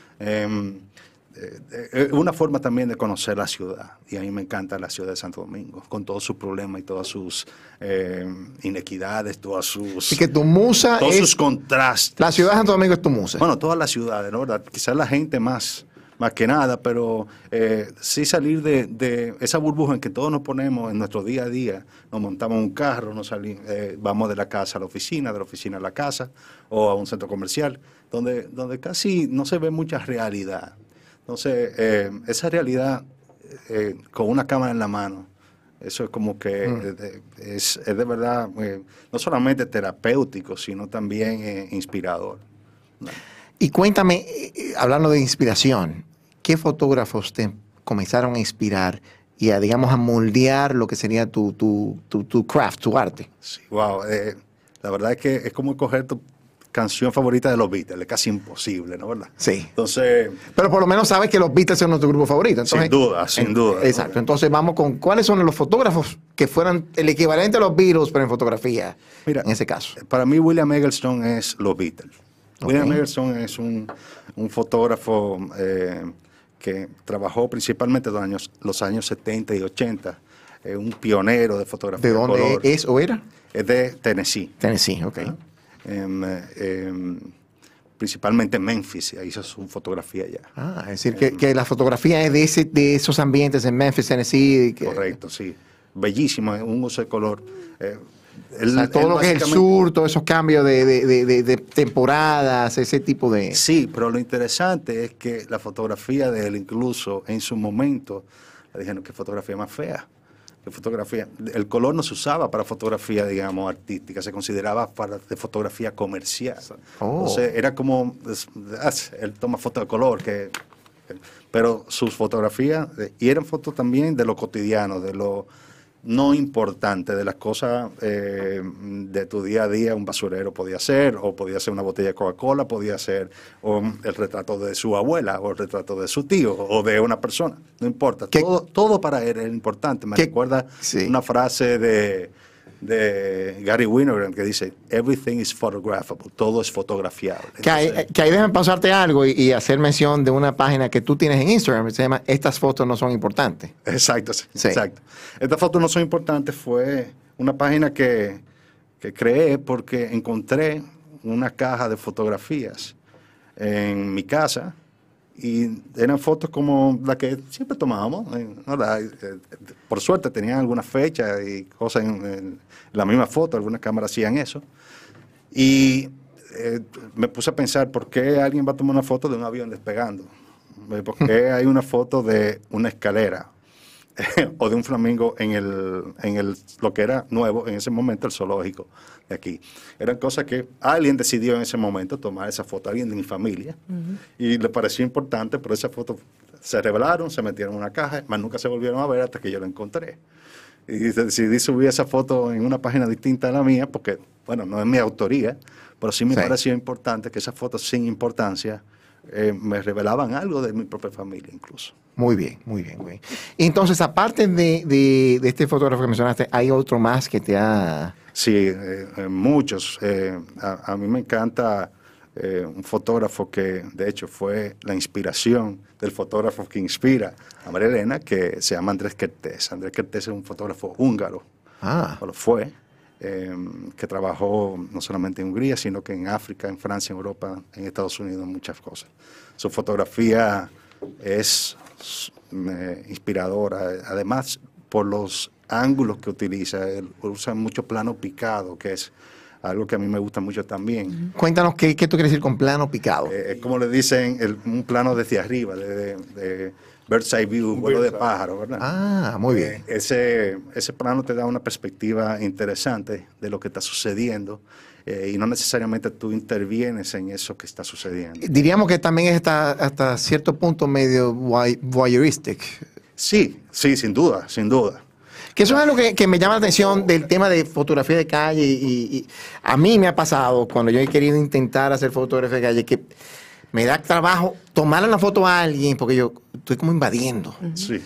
Una forma también de conocer la ciudad, y a mí me encanta la ciudad de Santo Domingo, con todos sus problemas y todas sus inequidades, todas sus... Así que tu musa todos es... sus contrastes. La ciudad de Santo Domingo es tu musa. Bueno, todas las ciudades, ¿no? ¿Verdad? Quizás la gente más que nada, pero sí salir de esa burbuja en que todos nos ponemos en nuestro día a día. Nos montamos en un carro, vamos de la casa a la oficina, de la oficina a la casa o a un centro comercial, donde casi no se ve mucha realidad. Entonces, esa realidad con una cámara en la mano, eso es como que es de verdad no solamente terapéutico, sino también inspirador. Y cuéntame, hablando de inspiración, ¿qué fotógrafos te comenzaron a inspirar y digamos, a moldear lo que sería tu craft, tu arte? Sí, wow. La verdad es que es como escoger tu canción favorita de los Beatles, es casi imposible, ¿no? ¿Verdad? Sí. Entonces... Pero por lo menos sabes que los Beatles son nuestro grupo favorito. Entonces, sin duda. Exacto. Entonces vamos con cuáles son los fotógrafos que fueran el equivalente a los Beatles, pero en fotografía, mira, en ese caso. Para mí William Eggleston es los Beatles. Okay. William Eggleston es un fotógrafo que trabajó principalmente los años 70 y 80, un pionero de fotografía ¿De dónde color. es o era? Es de Tennessee. Tennessee, ok. Principalmente en Memphis, ahí hizo su fotografía allá. Es decir, que la fotografía es de esos ambientes en Memphis, Tennessee. Correcto, sí. Bellísimo, un uso de color. Todo lo que es el sur, todos esos cambios de temporadas, ese tipo de... Sí, pero lo interesante es que la fotografía de él, incluso en su momento, le dijeron que fotografía más fea. Fotografía, el color no se usaba para fotografía, digamos, artística, se consideraba de fotografía comercial. Entonces era como, él toma fotos de color, pero sus fotografías, y eran fotos también de lo cotidiano, de lo no importante, de las cosas de tu día a día. Un basurero podía ser, o podía ser una botella de Coca-Cola, podía ser el retrato de su abuela, o el retrato de su tío, o de una persona, no importa. Todo para él era importante. Me recuerda una frase de de Gary Winogrand que dice, everything is photographable, todo es fotografiable. Entonces, Que ahí déjame pasarte algo y hacer mención de una página que tú tienes en Instagram que se llama Estas fotos no son importantes. exacto, sí, Sí. exacto. Estas fotos no son importantes, fue una página que creé porque encontré una caja de fotografías en mi casa y eran fotos como las que siempre tomábamos, ¿no? Por suerte tenían alguna fecha y cosas en la misma foto, algunas cámaras hacían eso. Y me puse a pensar, ¿por qué alguien va a tomar una foto de un avión despegando? ¿Por qué hay una foto de una escalera? O de un flamingo en lo que era nuevo en ese momento, el zoológico de aquí. Eran cosas que alguien decidió en ese momento tomar esa foto, alguien de mi familia, y le pareció importante, pero esas fotos se revelaron, se metieron en una caja, más nunca se volvieron a ver hasta que yo la encontré. Y decidí subir esa foto en una página distinta a la mía, porque, bueno, no es mi autoría, pero sí me pareció importante que esas fotos sin importancia me revelaban algo de mi propia familia incluso. Muy bien, muy bien, muy bien. Y entonces, aparte de este fotógrafo que mencionaste, ¿hay otro más que te ha...? Sí, muchos. A mí me encanta un fotógrafo que, de hecho, fue la inspiración del fotógrafo que inspira a María Elena, que se llama Andrés Kertész. Andrés Kertész es un fotógrafo húngaro, o lo fue, que trabajó no solamente en Hungría, sino que en África, en Francia, en Europa, en Estados Unidos, muchas cosas. Su fotografía es inspiradora, además por los ángulos que utiliza. Él usa mucho plano picado, que es algo que a mí me gusta mucho también. Cuéntanos qué tú quieres decir con plano picado. Como le dicen, un plano desde arriba, de bird's eye view, vuelo de pájaro, ¿verdad? Ah, muy bien. Ese plano te da una perspectiva interesante de lo que está sucediendo y no necesariamente tú intervienes en eso que está sucediendo. Diríamos que también es hasta cierto punto medio voyeuristic. Sí, sin duda, sin duda. Que eso es algo que me llama la atención del tema de fotografía de calle y a mí me ha pasado cuando yo he querido intentar hacer fotografía de calle que me da trabajo tomarle una foto a alguien porque yo estoy como invadiendo. Sí.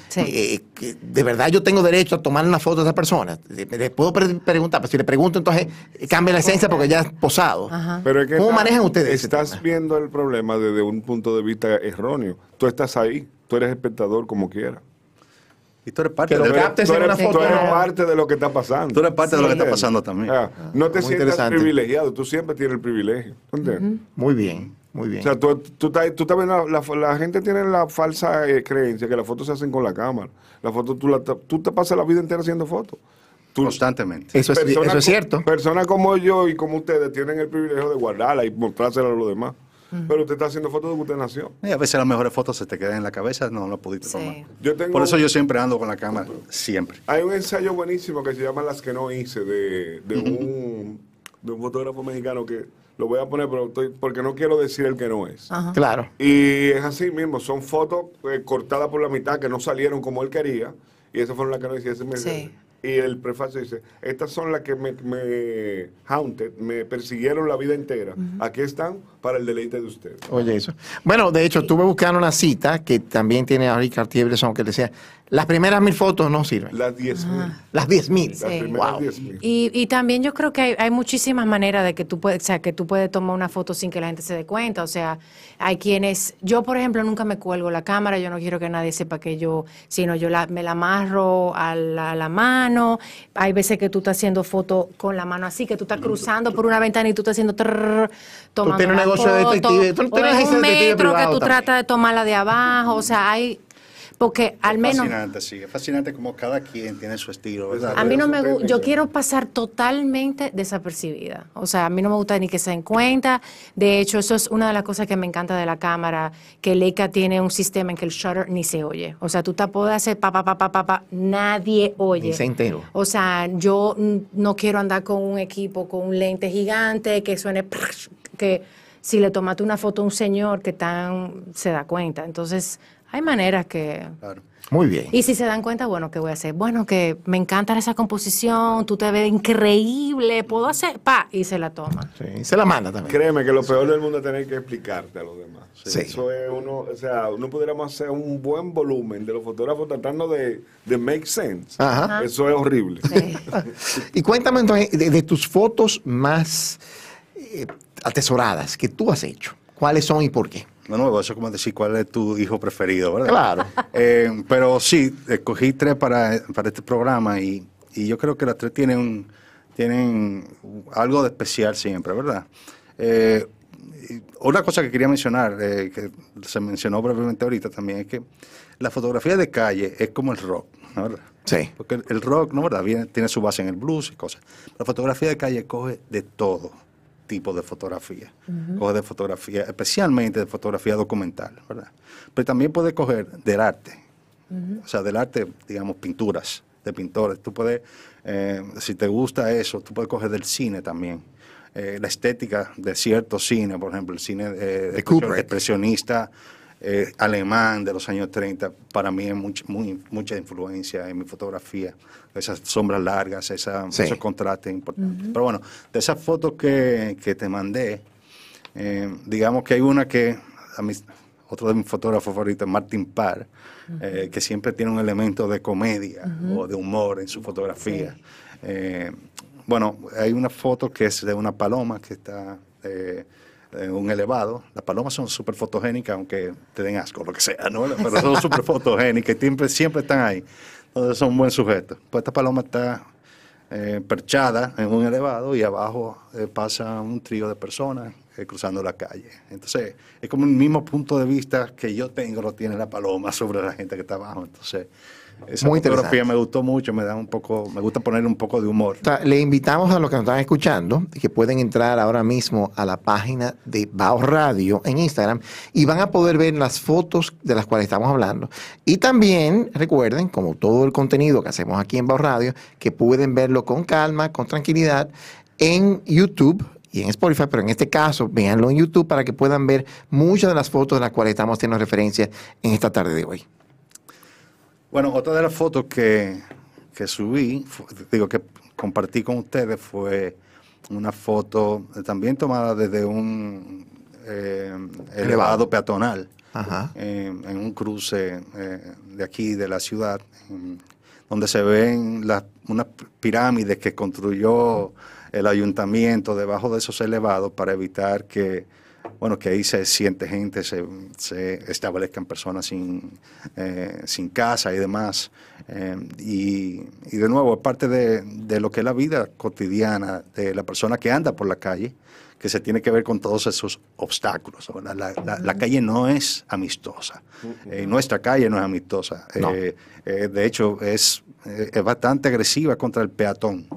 De verdad yo tengo derecho a tomar una foto de esa persona. Le puedo preguntar, pero si le pregunto entonces cambia la esencia porque ya es posado. Pero es que ¿Cómo manejan ustedes ese Estás tema? viendo el problema desde un punto de vista erróneo. Tú estás ahí, tú eres espectador como quieras. Y tú eres parte Que lo de lo que- captes en una Tú foto. eres parte de lo que está pasando. Tú eres parte de lo que está ¿Entiendes? pasando también. No te Muy sientas interesante. privilegiado, tú siempre tienes el privilegio. ¿Entiendes? Muy bien, muy bien. O sea, tú estás viendo, la gente tiene la falsa creencia que las fotos se hacen con la cámara. La foto tú te pasas la vida entera haciendo fotos. Constantemente. Eso es cierto. Personas como yo y como ustedes tienen el privilegio de guardarla y mostrársela a los demás. Pero usted está haciendo fotos de que usted nació. Y a veces las mejores fotos se te quedan en la cabeza, no lo pudiste Sí. tomar. Yo tengo Por eso yo siempre ando con la cámara, siempre. Hay un ensayo buenísimo que se llama Las que no hice de un fotógrafo mexicano que lo voy a poner porque no quiero decir el que no es. Claro. Y es así mismo, son fotos cortadas por la mitad que no salieron como él quería y esas fueron las que no hice. Sí. Y el prefacio dice, estas son las que me haunted, me persiguieron la vida entera. Aquí están para el deleite de ustedes. Oye, eso. Bueno, de hecho, estuve buscando una cita que también tiene a Henri Cartier-Bresson que decía, las primeras 1000 fotos no sirven. Las 10.000. Las 10.000. Las Sí. primeras Wow. 10.000. Y también yo creo que hay muchísimas maneras de que tú puedes, o sea, que tú puedes tomar una foto sin que la gente se dé cuenta. O sea, hay quienes, yo por ejemplo nunca me cuelgo la cámara, yo no quiero que nadie sepa que yo, sino yo me la amarro a la mano. Hay veces que tú estás haciendo foto con la mano así, que tú estás cruzando por una ventana y tú estás haciendo tomando tienes un la negocio de foto, detective, tú o tienes en ese un detective metro que privado tú también. tratas de tomarla de abajo. O sea, hay, porque al menos... Fascinante, sí. Es fascinante como cada quien tiene su estilo, ¿verdad? A mí no me Eso gusta, yo quiero pasar totalmente desapercibida. O sea, a mí no me gusta ni que se den cuenta. De hecho, eso es una de las cosas que me encanta de la cámara, que Leica tiene un sistema en que el shutter ni se oye. O sea, tú te puedes hacer pa, nadie oye. Ni se enteró. O sea, yo no quiero andar con un equipo, con un lente gigante que suene, que si le tomaste una foto a un señor que se da cuenta. Entonces, hay maneras que... Claro. Muy bien. Y si se dan cuenta, bueno, ¿qué voy a hacer? Bueno, que me encanta esa composición, tú te ves increíble, puedo hacer, y se la toma. Sí, se la manda también. Créeme que lo peor del mundo es tener que explicarte a los demás. Sí. Eso es uno pudiéramos hacer un buen volumen de los fotógrafos tratando de make sense. Ajá. Eso es horrible. Sí. Y cuéntame entonces de tus fotos más atesoradas que tú has hecho. ¿Cuáles son y por qué? Bueno, eso es como decir cuál es tu hijo preferido, ¿verdad? Claro. Pero sí, escogí 3 para este programa y yo creo que las 3 tienen algo de especial siempre, ¿verdad? Una cosa que quería mencionar, que se mencionó brevemente ahorita también, es que la fotografía de calle es como el rock, ¿no? ¿Verdad? Sí. Porque el rock, ¿no? ¿Verdad? Tiene su base en el blues y cosas. La fotografía de calle coge de todo tipo de fotografía. Coge de fotografía, especialmente de fotografía documental, ¿verdad? Pero también puede coger del arte. O sea, del arte, digamos, pinturas de pintores. Tú puedes, si te gusta eso, tú puedes coger del cine también. La estética de cierto cine, por ejemplo, el cine de Kubrick, expresionista alemán de los años 30, para mí es mucha influencia en mi fotografía. Esas sombras largas, esos contrastes importantes. Pero bueno, de esas fotos que te mandé, digamos que hay una que, otro de mis fotógrafos favoritos, Martin Parr, que siempre tiene un elemento de comedia o de humor en su fotografía. Bueno, hay una foto que es de una paloma que está en un elevado. Las palomas son súper fotogénicas, aunque te den asco, lo que sea, ¿no? Pero son súper fotogénicas y siempre están ahí. Entonces son un buen sujeto. Pues esta paloma está perchada en un elevado y abajo pasa un trío de personas cruzando la calle. Entonces es como el mismo punto de vista que yo tengo, lo tiene la paloma sobre la gente que está abajo. Entonces esa muy fotografía me gustó mucho, me gusta poner un poco de humor. O sea, le invitamos a los que nos están escuchando que pueden entrar ahora mismo a la página de Bao Radio en Instagram y van a poder ver las fotos de las cuales estamos hablando. Y también recuerden, como todo el contenido que hacemos aquí en Bao Radio, que pueden verlo con calma, con tranquilidad en YouTube y en Spotify, pero en este caso, véanlo en YouTube para que puedan ver muchas de las fotos de las cuales estamos haciendo referencia en esta tarde de hoy. Bueno, otra de las fotos que subí, que compartí con ustedes, fue una foto también tomada desde un elevado peatonal, en un cruce de aquí, de la ciudad, donde se ven unas pirámides que construyó el ayuntamiento debajo de esos elevados para evitar que ahí se siente gente, se establezcan personas sin casa y demás. Y de nuevo, es parte de lo que es la vida cotidiana de la persona que anda por la calle, que se tiene que ver con todos esos obstáculos. La calle no es amistosa. Nuestra calle no es amistosa. No. De hecho, es bastante agresiva contra el peatón.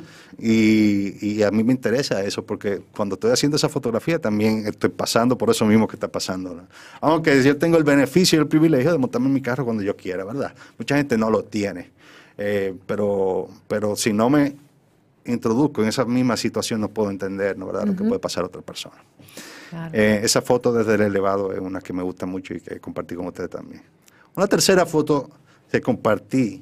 Y a mí me interesa eso, porque cuando estoy haciendo esa fotografía también estoy pasando por eso mismo que está pasando, ¿no? Aunque yo tengo el beneficio y el privilegio de montarme en mi carro cuando yo quiera, ¿verdad? Mucha gente no lo tiene. Pero si no me introduzco en esa misma situación, no puedo entender, ¿no? ¿Verdad? Lo que puede pasar a otra persona. Claro. Esa foto desde el elevado es una que me gusta mucho y que compartí con ustedes también. Una tercera foto que compartí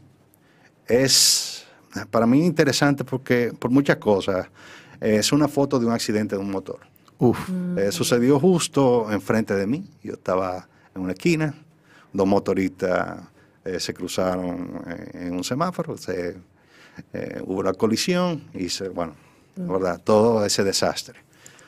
es para mí interesante porque por muchas cosas. Es una foto de un accidente de un motor. Sucedió justo enfrente de mí. Yo estaba en una esquina, 2 motoristas se cruzaron en un semáforo, hubo una colisión y ¿verdad? Todo ese desastre.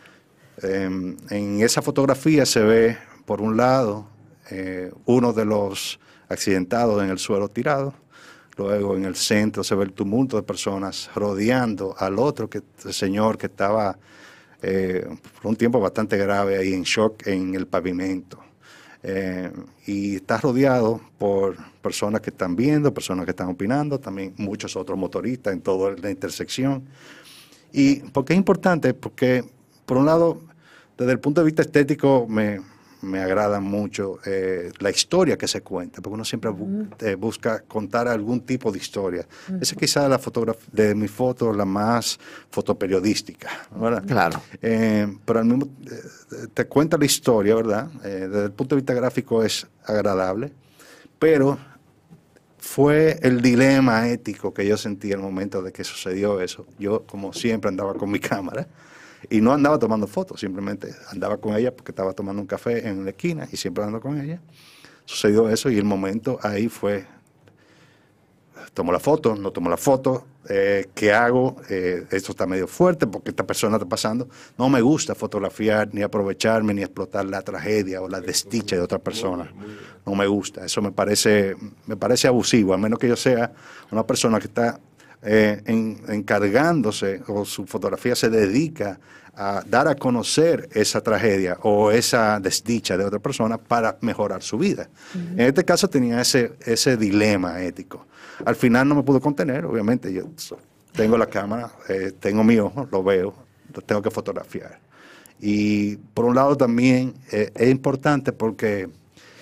En esa fotografía se ve, por un lado, uno de los accidentados en el suelo tirado. Luego en el centro se ve el tumulto de personas rodeando al otro señor que estaba por un tiempo bastante grave ahí en shock en el pavimento. Y está rodeado por personas que están viendo, personas que están opinando, también muchos otros motoristas en toda la intersección. ¿Y por qué es importante? Porque, por un lado, desde el punto de vista estético me agrada mucho la historia que se cuenta, porque uno siempre busca contar algún tipo de historia. Esa es quizás de mi foto la más fotoperiodística, ¿verdad? Claro. Pero al mismo te cuenta la historia, ¿verdad? Desde el punto de vista gráfico es agradable. Pero fue el dilema ético que yo sentí en el momento de que sucedió eso. Yo, como siempre, andaba con mi cámara y no andaba tomando fotos, simplemente andaba con ella porque estaba tomando un café en la esquina y siempre ando con ella. Sucedió eso y el momento ahí fue, tomo la foto, no tomo la foto, ¿qué hago? Esto está medio fuerte porque esta persona está pasando. No me gusta fotografiar, ni aprovecharme, ni explotar la tragedia o la desdicha de otra persona. No me gusta, eso me parece abusivo, a menos que yo sea una persona que está encargándose o su fotografía se dedica a dar a conocer esa tragedia o esa desdicha de otra persona para mejorar su vida. En este caso tenía ese dilema ético. Al final no me pude contener, obviamente. Yo tengo la cámara, tengo mi ojo, lo veo, lo tengo que fotografiar. Y por un lado también es importante porque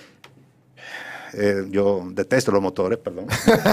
yo detesto los motores, perdón.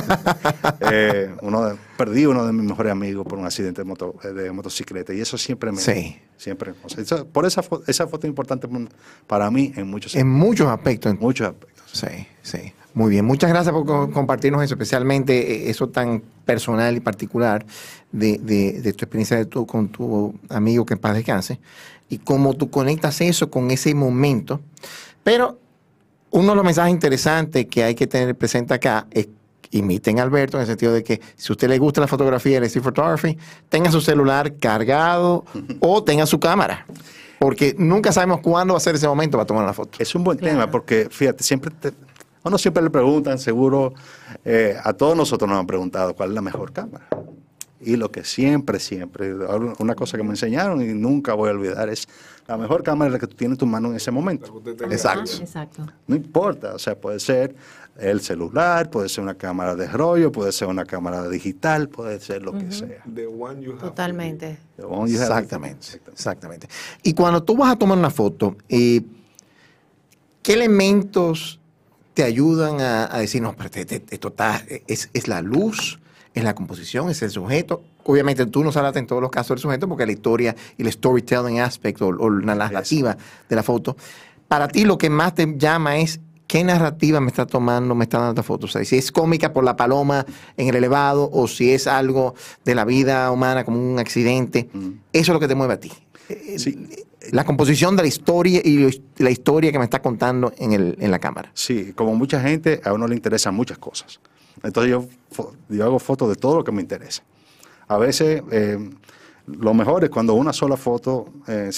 Perdí uno de mis mejores amigos por un accidente de motocicleta y eso siempre me... Sí. Siempre, o sea, por esa foto es importante para mí en muchos aspectos. En muchos aspectos. Sí, sí. Muy bien. Muchas gracias por compartirnos eso, especialmente eso tan personal y particular de tu experiencia con tu amigo que en paz descanse y cómo tú conectas eso con ese momento. Pero uno de los mensajes interesantes que hay que tener presente acá es imiten a Alberto en el sentido de que si a usted le gusta la fotografía, el street photography, tenga su celular cargado o tenga su cámara. Porque nunca sabemos cuándo va a ser ese momento para tomar la foto. Es un buen tema porque, fíjate, uno siempre le preguntan, seguro, a todos nosotros nos han preguntado cuál es la mejor cámara. Y lo que siempre, una cosa que me enseñaron y nunca voy a olvidar es la mejor cámara es la que tú tienes en tu mano en ese momento. Exacto. Exacto. No importa, o sea, puede ser el celular, puede ser una cámara de rollo, puede ser una cámara digital, puede ser lo que sea. The one you have. Totalmente. The one you have. Exactamente. Y cuando tú vas a tomar una foto, ¿qué elementos te ayudan a decir, no, pero esto es la luz, es la composición, es el sujeto? Obviamente tú no hablas en todos los casos del sujeto porque la historia y el storytelling aspect o la narrativa de la foto. Para ti lo que más te llama es qué narrativa me está dando esta foto. O sea, si es cómica por la paloma en el elevado o si es algo de la vida humana como un accidente. Eso es lo que te mueve a ti. Sí. La composición de la historia y la historia que me está contando en la cámara. Sí, como mucha gente, a uno le interesan muchas cosas. Entonces yo hago fotos de todo lo que me interesa. A veces lo mejor es cuando una sola foto,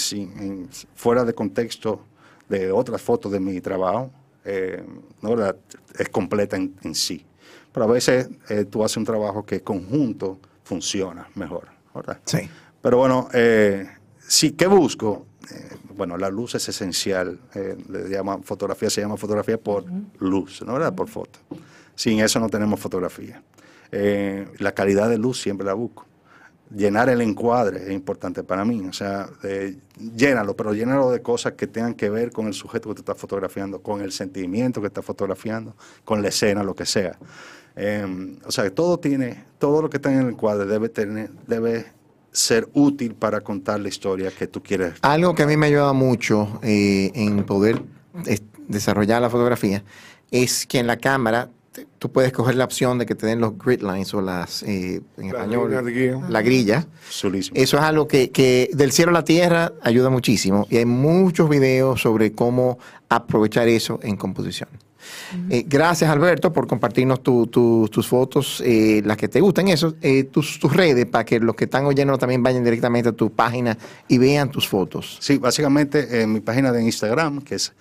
fuera de contexto de otras fotos de mi trabajo, ¿no? Es completa en sí. Pero a veces tú haces un trabajo que conjunto funciona mejor, ¿verdad? Sí. Pero bueno, sí, ¿qué busco? Bueno, la luz es esencial. Fotografía se llama fotografía por luz, ¿no? ¿Verdad? Por foto. Sin eso no tenemos fotografía. La calidad de luz siempre la busco. Llenar el encuadre es importante para mí. O sea, llénalo, pero llénalo de cosas que tengan que ver con el sujeto que te estás fotografiando, con el sentimiento que estás fotografiando, con la escena, lo que sea. O sea, todo lo que está en el encuadre debe ser útil para contar la historia que tú quieres. Algo que a mí me ayuda mucho en poder desarrollar la fotografía es que en la cámara tú puedes coger la opción de que te den los grid lines o en español, la grilla. Chulísimo. Eso es algo que del cielo a la tierra ayuda muchísimo y hay muchos videos sobre cómo aprovechar eso en composición. Gracias, Alberto, por compartirnos tus fotos, las que te gustan, tus redes, para que los que están oyendo también vayan directamente a tu página y vean tus fotos. Sí, básicamente en mi página de Instagram, que es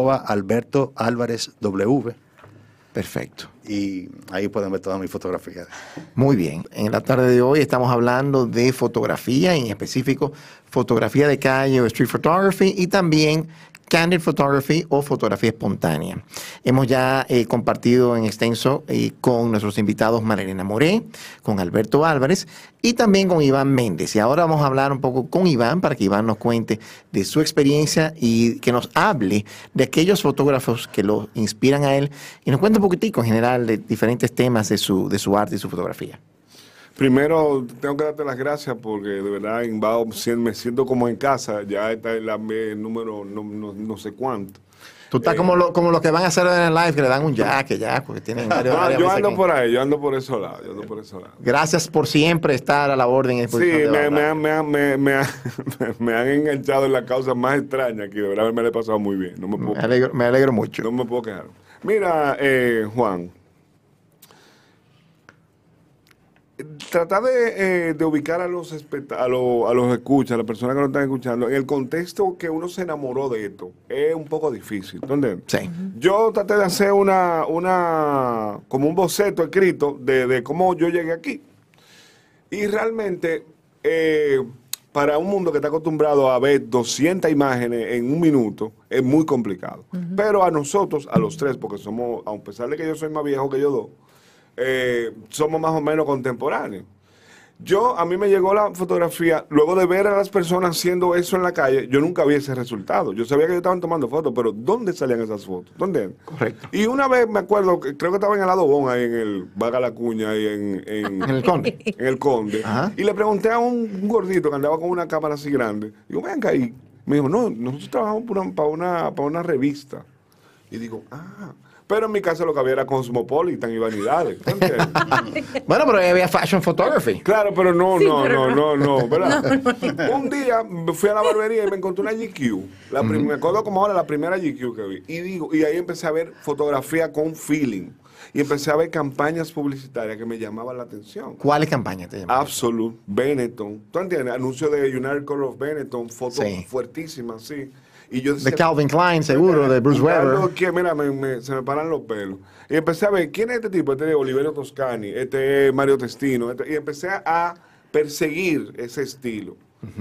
@AlbertoAlvarezW. Perfecto. Y ahí pueden ver todas mis fotografías. Muy bien. En la tarde de hoy estamos hablando de fotografía, en específico fotografía de calle o street photography y también candid photography o fotografía espontánea. Hemos ya compartido en extenso con nuestros invitados Marilena Moré, con Alberto Álvarez y también con Iván Méndez. Y ahora vamos a hablar un poco con Iván para que Iván nos cuente de su experiencia y que nos hable de aquellos fotógrafos que lo inspiran a él y nos cuente un poquitico en general de diferentes temas de su arte y su fotografía. Primero, tengo que darte las gracias porque de verdad en Bao me siento como en casa. Ya está el número no sé cuánto. Tú estás como los que van a hacer en el live, que le dan un jack, porque tienen varias Yo veces ando aquí. por ahí, yo ando por esos lados, Gracias por siempre estar a la orden. En Sí, exposición de me, Bajo me, me, me, me- me han enganchado en la causa más extraña que de verdad me la he pasado muy bien. No me Radio. puedo, Me alegro mucho. no me puedo quejar. Mira, Juan, trata de ubicar a los escuchas, a las personas que nos están escuchando, en el contexto que uno se enamoró de esto. Es un poco difícil, ¿entiendes? Sí. Yo traté de hacer como un boceto escrito de cómo yo llegué aquí. Y realmente, para un mundo que está acostumbrado a ver 200 imágenes en un minuto, es muy complicado. Pero a nosotros, a los tres, porque somos, a pesar de que yo soy más viejo que ellos dos, somos más o menos contemporáneos. A mí me llegó la fotografía, luego de ver a las personas haciendo eso en la calle, yo nunca vi ese resultado. Yo sabía que ellos estaban tomando fotos, pero ¿dónde salían esas fotos? ¿Dónde? Correcto. Y una vez me acuerdo, creo que estaba en el Adobón, ahí en el Vaga la Cuña, ahí En el Conde. en el Conde. Ajá. Y le pregunté a un gordito que andaba con una cámara así grande. Digo, venga ahí. Me dijo, no, nosotros trabajamos para una revista. Y digo, pero en mi casa lo que había era Cosmopolitan y Vanidades. ¿Entiendes? Bueno, pero había fashion photography. Claro, pero no, ¿verdad? No. Un día fui a la barbería y me encontré una GQ. Me acuerdo como ahora la primera GQ que vi. Y ahí empecé a ver fotografía con feeling. Y empecé a ver campañas publicitarias que me llamaban la atención. ¿Cuáles campañas te llaman? Absolute, Benetton. ¿Tú entiendes? Anuncio de United Color of Benetton, fotos Sí. fuertísimas, sí. Y yo De Calvin Klein, seguro, de Bruce buscando Weber. que, mira, se me paran los pelos. Y empecé a ver, ¿quién es este tipo? Este es Oliverio Toscani, este es Mario Testino. Y empecé a perseguir ese estilo.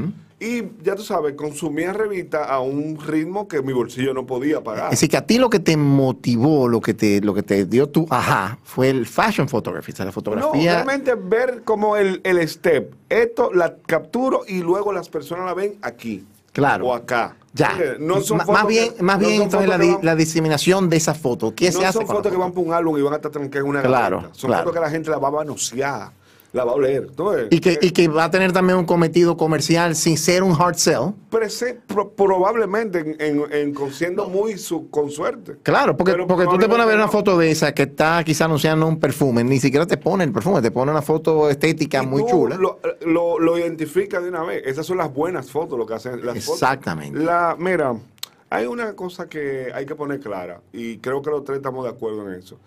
Y ya tú sabes, consumía revistas a un ritmo que mi bolsillo no podía pagar. Es decir, que a ti lo que te motivó, lo que te dio tu ajá, fue el fashion photography, o sea, la No, fotografía. realmente ver como el step. Esto la capturo y luego las personas la ven aquí. Claro. O acá. Ya. No son Más fotos bien, que- más no bien son entonces fotos que van- la diseminación de esa foto. ¿Qué se no hace son con la fotos que foto? van para un álbum y van a estar trancadas en una Claro, gaveta. Son claro. fotos que la gente la va a manosear, la va a oler. ¿Tú ves? Y que va a tener también un cometido comercial sin ser un hard sell. Probablemente siendo muy con suerte. Claro, porque tú te pones a ver probablemente una no. foto de esa que está quizá anunciando un perfume, ni siquiera te pone el perfume, te pone una foto estética Y muy tú chula. Lo identificas de una vez. Esas son las buenas fotos, lo que hacen las fotos. Exactamente. Mira, hay una cosa que hay que poner clara, y creo que los tres estamos de acuerdo en eso.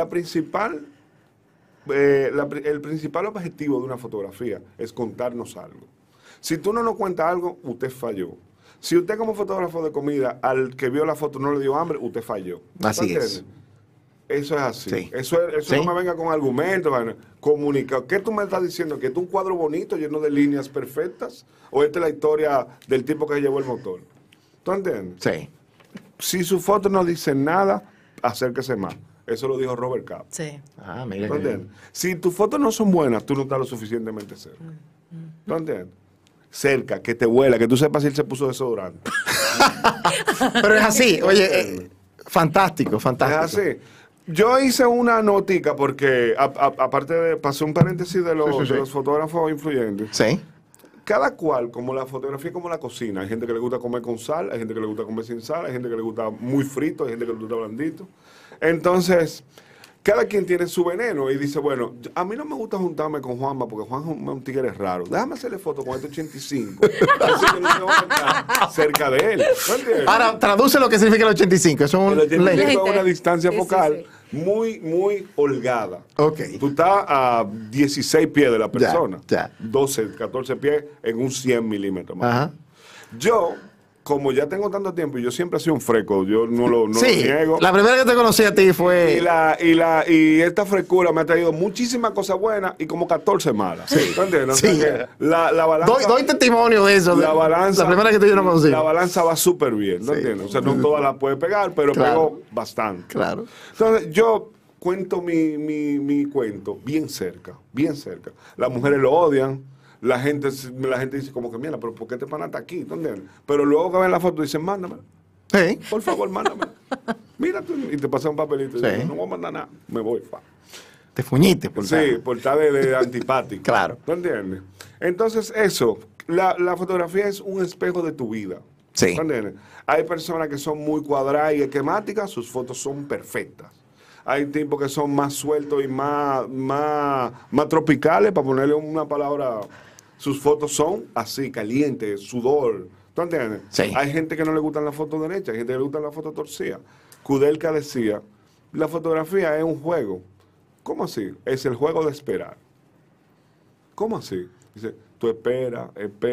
El principal objetivo de una fotografía es contarnos algo. Si tú no nos cuentas algo, usted falló. Si usted como fotógrafo de comida, al que vio la foto no le dio hambre, usted falló. Así ¿Tú entiendes? es. Eso es así. Sí. Eso Sí. no me venga con argumentos. Comunica. ¿Qué tú me estás diciendo? ¿Que esto es un cuadro bonito, lleno de líneas perfectas? ¿O esta es la historia del tipo que llevó el motor? ¿Tú entiendes? Sí. Si su foto no dice nada, acérquese más. Eso lo dijo Robert Capa. Sí. Ah, mira. ¿Tú entiendes? Si tus fotos no son buenas, tú no estás lo suficientemente cerca. ¿Tú entiendes? Cerca, que te huela, que tú sepas si él se puso desodorante. Pero es así, oye, fantástico, fantástico. Es así. Yo hice una notica porque, aparte de, pasé un paréntesis de Sí. los fotógrafos influyentes. Sí. Cada cual, como la fotografía, como la cocina. Hay gente que le gusta comer con sal, hay gente que le gusta comer sin sal, hay gente que le gusta muy frito, hay gente que le gusta blandito. Entonces, cada quien tiene su veneno y dice, bueno, a mí no me gusta juntarme con Juanma porque Juan es un tigre raro. Déjame hacerle foto con este 85. Así que no tengo que estar cerca de él. ¿No entiendes? Ahora, traduce lo que significa el 85. Eso es El un 85 es una distancia Sí, sí, focal sí. muy, muy holgada. Ok. Tú estás a 16 pies de la persona. ya. 12, 14 pies en un 100 milímetros. más. Ajá. Yo, como ya tengo tanto tiempo y yo siempre he sido un freco, yo no lo Sí, niego. la primera que te conocí a ti fue... Y esta frescura me ha traído muchísimas cosas buenas y como 14 malas. ¿Tú entiendes? Sí. O sea que la balanza... Doy testimonio de eso. La balanza, La primera que tú y yo nos conocimos. la balanza va súper bien, ¿no Sí. entiendes? O sea, no todas las puede pegar, pero Claro. pegó bastante. Claro. Entonces, yo cuento mi cuento bien cerca, bien cerca. Las mujeres lo odian, la gente dice como que, mira, pero ¿por qué este pana está aquí? ¿Tú entiendes? Pero luego que ven la foto dicen, mándame, Sí. por favor, mándame. Mira tú, y te pasa un papelito y Sí. dices, no voy a mandar nada, me voy, fa. Te fuñiste. Por Sí, favor. por estar de antipático. Claro. ¿Tú entiendes? Entonces, eso, la fotografía es un espejo de tu vida. Sí. ¿Entiendes? Hay personas que son muy cuadradas y esquemáticas, sus fotos son perfectas. Hay tipos que son más sueltos y más tropicales, para ponerle una palabra. Sus fotos son así, calientes, sudor. ¿Tú entiendes? Sí. Hay gente que no le gustan las fotos derechas, hay gente que le gustan las fotos torcidas. Kudelka decía, la fotografía es un juego. ¿Cómo así? Es el juego de esperar. ¿Cómo así? Dice, tú espera,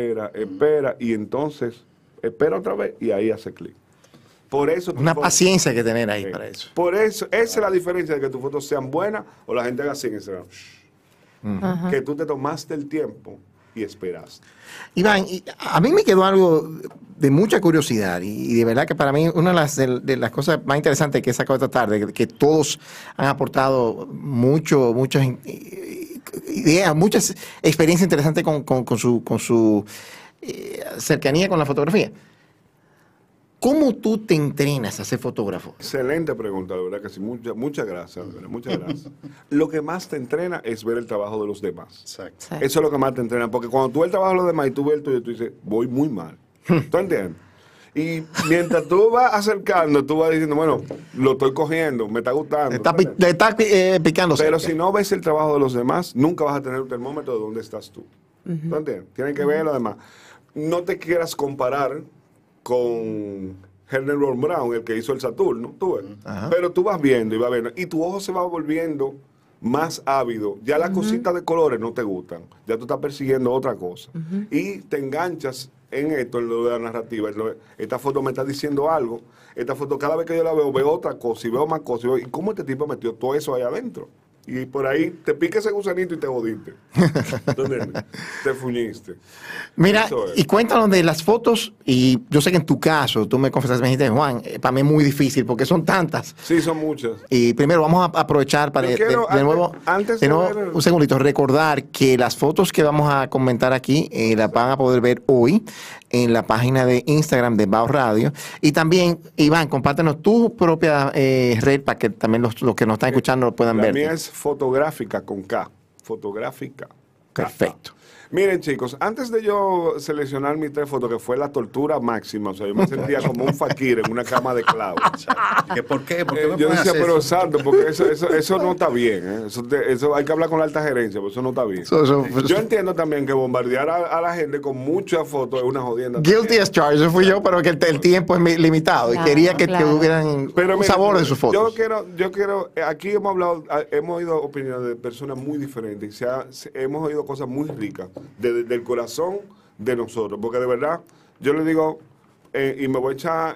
y entonces espera otra vez y ahí hace clic. Por eso Una paciencia hay que tener ahí para eso. Por eso, esa es la diferencia de que tus fotos sean buenas o la gente haga así en Instagram. Que tú te tomaste el tiempo y esperaste. Iván, a mí me quedó algo de mucha curiosidad y de verdad que para mí una de las cosas más interesantes que he sacado esta tarde, que todos han aportado muchas ideas, muchas experiencias interesantes con su cercanía con la fotografía. ¿Cómo tú te entrenas a ser fotógrafo? Excelente pregunta, de verdad que sí. Muchas gracias, de verdad, muchas gracias. Lo que más te entrena es ver el trabajo de los demás. Exacto. Sí. Eso es lo que más te entrena, porque cuando tú ves el trabajo de los demás y tú ves el tuyo, tú dices, voy muy mal. ¿Tú entiendes? Y mientras tú vas acercando, tú vas diciendo, bueno, lo estoy cogiendo, me está gustando. Le está picando Pero cerca. si no ves el trabajo de los demás, nunca vas a tener un termómetro de dónde estás tú. ¿Tú entiendes? Tienen que ver lo demás. No te quieras comparar con Henry Ron Brown, el que hizo el Saturno, tú ves. Pero tú vas viendo y vas viendo, y tu ojo se va volviendo más ávido. Ya las cositas de colores no te gustan. Ya tú estás persiguiendo otra cosa. Y te enganchas en esto, en lo de la narrativa. Esta foto me está diciendo algo. Esta foto, cada vez que yo la veo otra cosa y veo más cosas. ¿Y cómo este tipo metió todo eso ahí adentro? Y por ahí te pica ese gusanito y te jodiste. ¿Entiendes? Te fuñiste. Mira, Eso es. y cuéntanos de las fotos, y yo sé que en tu caso, tú me confesaste, me dijiste, Juan, para mí es muy difícil porque son tantas. Sí, son muchas. Y primero vamos a aprovechar para Yo quiero, antes de de nuevo, ver- un segundito, recordar que las fotos que vamos a comentar aquí las van a poder ver hoy en la página de Instagram de Bao Radio. Y también, Iván, compártenos tu propia red para que también los que nos están escuchando lo puedan La ver. mía es fotográfica con K. Fotográfica. Perfecto. Miren, chicos, antes de yo seleccionar mis 3 fotos, que fue la tortura máxima, o sea, yo me sentía como un fakir en una cama de clavos. ¿Por qué? ¿Por qué me Yo ponen a decía, hacer pero eso? santo, porque eso no está bien. Eso hay que hablar con la alta gerencia, porque eso no está bien. Yo entiendo también que bombardear a la gente con muchas fotos es una jodienda. Guilty as charged, eso fui yo, pero que el tiempo es limitado y Claro, quería que claro. tuvieran Pero un mira, sabor de sus fotos. Yo quiero, aquí hemos oído opiniones de personas muy diferentes y hemos oído cosas muy ricas del corazón de nosotros, porque de verdad, yo le digo, y me voy a echar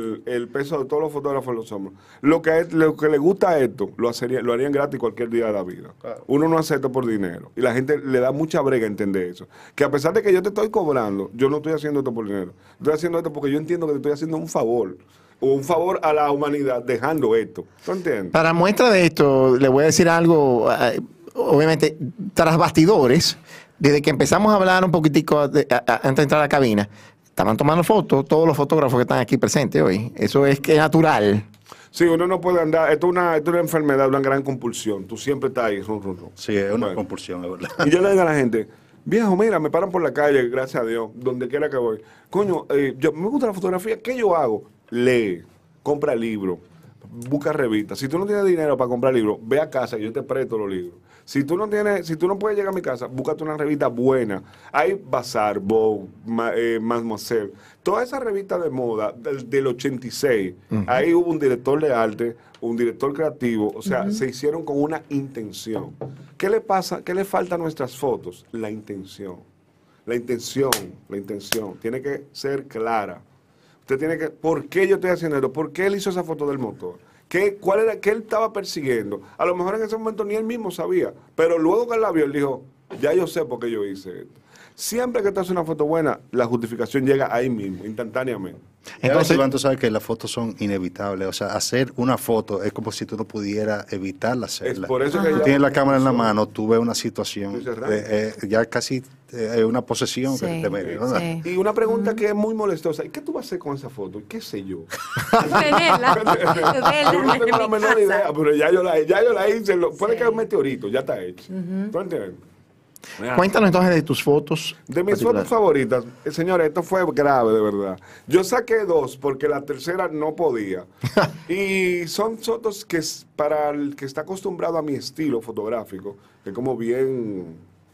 el peso de todos los fotógrafos en los hombros, lo que le gusta a esto, lo harían gratis cualquier día de la vida. Claro. Uno no hace esto por dinero, y la gente le da mucha brega a entender eso, que a pesar de que yo te estoy cobrando, yo no estoy haciendo esto por dinero, estoy haciendo esto porque yo entiendo que te estoy haciendo un favor, o un favor a la humanidad dejando esto. ¿Tú entiendes? Para muestra de esto, le voy a decir algo, obviamente, tras bastidores, desde que empezamos a hablar un poquitico antes de entrar a la cabina, estaban tomando fotos todos los fotógrafos que están aquí presentes hoy. Eso es que es natural. Sí, uno no puede andar, esto es una enfermedad, una gran compulsión, tú siempre estás ahí, rum. Sí, es una Bueno. compulsión, es verdad. Y yo le digo a la gente, viejo, mira, me paran por la calle, gracias a Dios, donde quiera que voy. Coño, me gusta la fotografía, ¿qué yo hago? Lee, compra libros, busca revistas. Si tú no tienes dinero para comprar libros, ve a casa y yo te presto los libros. Si tú no puedes llegar a mi casa, búscate una revista buena. Hay Bazar, Vogue, Mademoiselle, todas esas revistas de moda del 86. Ahí hubo un director de arte, un director creativo, o sea, se hicieron con una intención. ¿Qué le pasa? ¿Qué le falta a nuestras fotos? La intención. La intención tiene que ser clara. Usted tiene que, ¿por qué yo estoy haciendo esto? ¿Por qué él hizo esa foto del motor? ¿Qué él estaba persiguiendo? A lo mejor en ese momento ni él mismo sabía, pero luego que él la vio, él dijo, ya yo sé por qué yo hice esto. Siempre que tú haces una foto buena, la justificación llega ahí mismo, instantáneamente. Entonces, Iván, tú sabes que las fotos son inevitables. O sea, hacer una foto es como si tú no pudieras evitar hacerla. Es por eso que Tú ya- tienes la cámara en la mano, tú ves una situación, Estoy cerrado. ya casi una posesión que te medio, ¿verdad? sí. Y una pregunta que es muy molestosa, ¿y qué tú vas a hacer con esa foto? ¿Qué sé yo? Tenerla. Yo no tengo la en mi menor casa. idea, pero ya yo la hice. Puede que es un meteorito, ya está hecho. ¿Tú entiendes? Cuéntanos entonces de tus fotos. De mis fotos favoritas, señores, esto fue grave, de verdad. Yo saqué 2 porque la tercera no podía. Y son fotos que para el que está acostumbrado a mi estilo fotográfico, que es como bien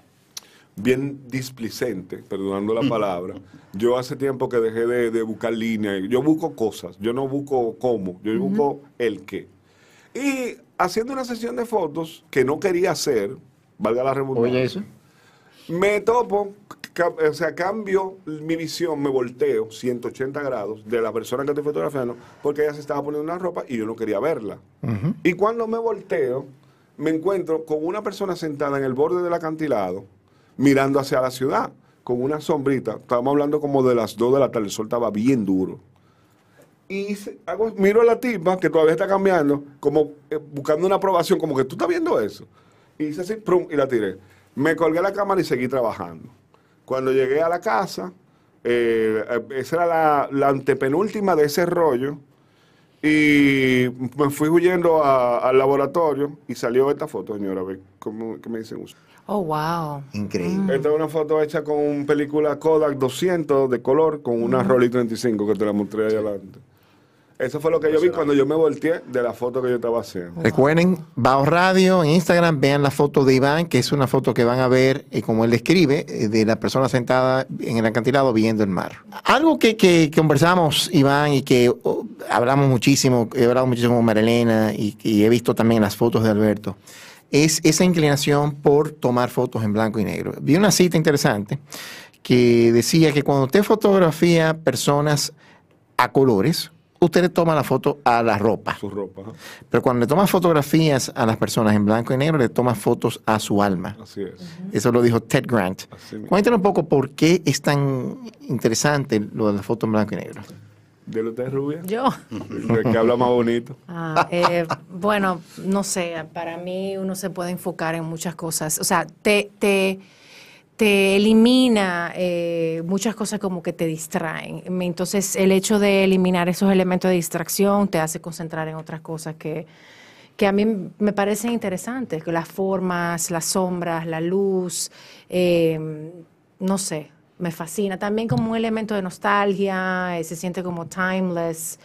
displicente, perdonando la palabra. Yo hace tiempo que dejé de buscar líneas. Yo busco cosas, yo no busco cómo, yo busco el qué. Y haciendo una sesión de fotos que no quería hacer, valga la redundancia. Oye, eso. Me topo, o sea, cambio mi visión, me volteo 180 grados de la persona que estoy fotografiando porque ella se estaba poniendo una ropa y yo no quería verla. Y cuando me volteo, me encuentro con una persona sentada en el borde del acantilado mirando hacia la ciudad con una sombrita. Estábamos hablando como de las 2 de la tarde, el sol estaba bien duro. Y miro a la tipa que todavía está cambiando, como buscando una aprobación, como que tú estás viendo eso. Y hice así, prum, y la tiré. Me colgué la cámara y seguí trabajando. Cuando llegué a la casa, esa era la antepenúltima de ese rollo, y me fui huyendo al laboratorio y salió esta foto, señora. A ver, ¿qué me dicen ustedes? Oh, wow. Increíble. Esta es una foto hecha con película Kodak 200 de color, con una Rolly 35 que te la mostré ahí adelante. Eso fue lo que yo vi cuando yo me volteé de la foto que yo estaba haciendo. Recuerden, Bao Radio en Instagram, vean la foto de Iván, que es una foto que van a ver, como él describe, de la persona sentada en el acantilado viendo el mar. Algo que conversamos, Iván, y que hablamos muchísimo, he hablado muchísimo con Marilena y he visto también las fotos de Alberto, es esa inclinación por tomar fotos en blanco y negro. Vi una cita interesante que decía que cuando usted fotografía personas a colores, usted le toma la foto a la ropa. Su ropa. Ajá. Pero cuando le toma fotografías a las personas en blanco y negro, le toma fotos a su alma. Así es. Eso lo dijo Ted Grant. Cuéntanos un poco por qué es tan interesante lo de la foto en blanco y negro. ¿De usted, Rubia? Yo. ¿De qué habla más bonito? Bueno, no sé, para mí uno se puede enfocar en muchas cosas. O sea, te elimina muchas cosas como que te distraen. Entonces, el hecho de eliminar esos elementos de distracción te hace concentrar en otras cosas que a mí me parecen interesantes, que las formas, las sombras, la luz, no sé, me fascina. También como un elemento de nostalgia, se siente como timeless.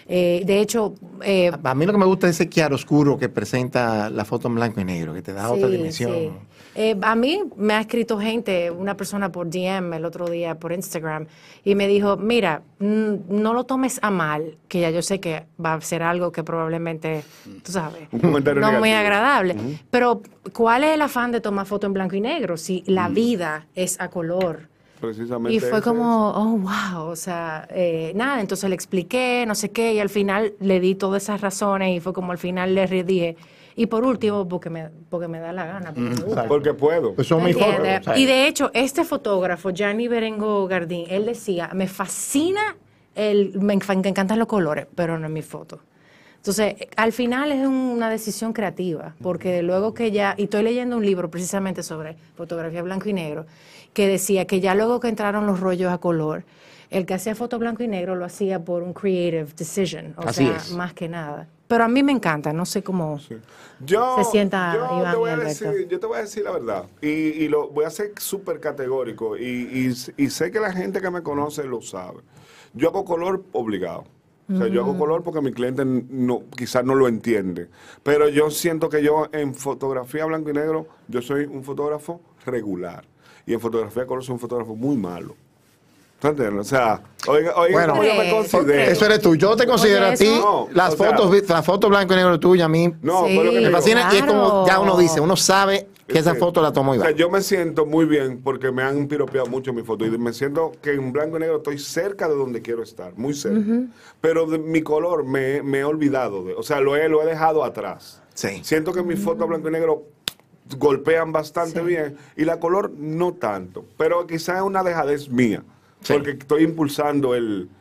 De hecho... a mí lo que me gusta es ese chiaroscuro que presenta la foto en blanco y negro, que te da otra dimensión. Sí. A mí me ha escrito gente, una persona por DM el otro día, por Instagram, y me dijo, mira, no lo tomes a mal, que ya yo sé que va a ser algo que probablemente, tú sabes, Un comentario no negativo. muy agradable. Pero, ¿cuál es el afán de tomar foto en blanco y negro si la vida es a color? Precisamente. Y fue ese como, oh, wow, o sea, nada, entonces le expliqué, no sé qué, y al final le di todas esas razones y fue como al final le dije, y por último, porque me da la gana. Porque me gusta. Porque puedo. Pues son mis fotos. ¿Entiendes? ¿sabes? Y de hecho, este fotógrafo, Gianni Berengo Gardín, él decía, me fascina, me encantan los colores, pero no es mi foto. Entonces, al final es una decisión creativa, porque luego que ya, y estoy leyendo un libro precisamente sobre fotografía blanco y negro, que decía que ya luego que entraron los rollos a color, el que hacía foto blanco y negro lo hacía por un creative decision, o Así sea, es. más que nada. Pero a mí me encanta, no sé cómo se sienta Iván y Alberto. Yo te voy a decir la verdad, y lo voy a ser súper categórico, y sé que la gente que me conoce lo sabe. Yo hago color obligado. O sea, yo hago color porque mi cliente quizás no lo entiende. Pero yo siento que yo en fotografía blanco y negro, yo soy un fotógrafo regular. Y en fotografía de color soy un fotógrafo muy malo. ¿Tú entiendes? O sea, oiga Bueno, cómo yo me considero. Eso eres tú. Yo te considero a ti. No, Las o sea, fotos blanco y negro tuyas a mí No, Sí. fue lo que te me digo. fascina. Y es como ya uno dice, uno sabe que esa Sí. foto la tomó O sea, Iván. yo me siento muy bien porque me han piropeado mucho mi foto y me siento que en blanco y negro estoy cerca de donde quiero estar, muy cerca. Pero de mi color me he olvidado, o sea, lo he dejado atrás. Sí. Siento que mis fotos blanco y negro golpean bastante bien y la color no tanto, pero quizás es una dejadez mía, Sí. porque estoy impulsando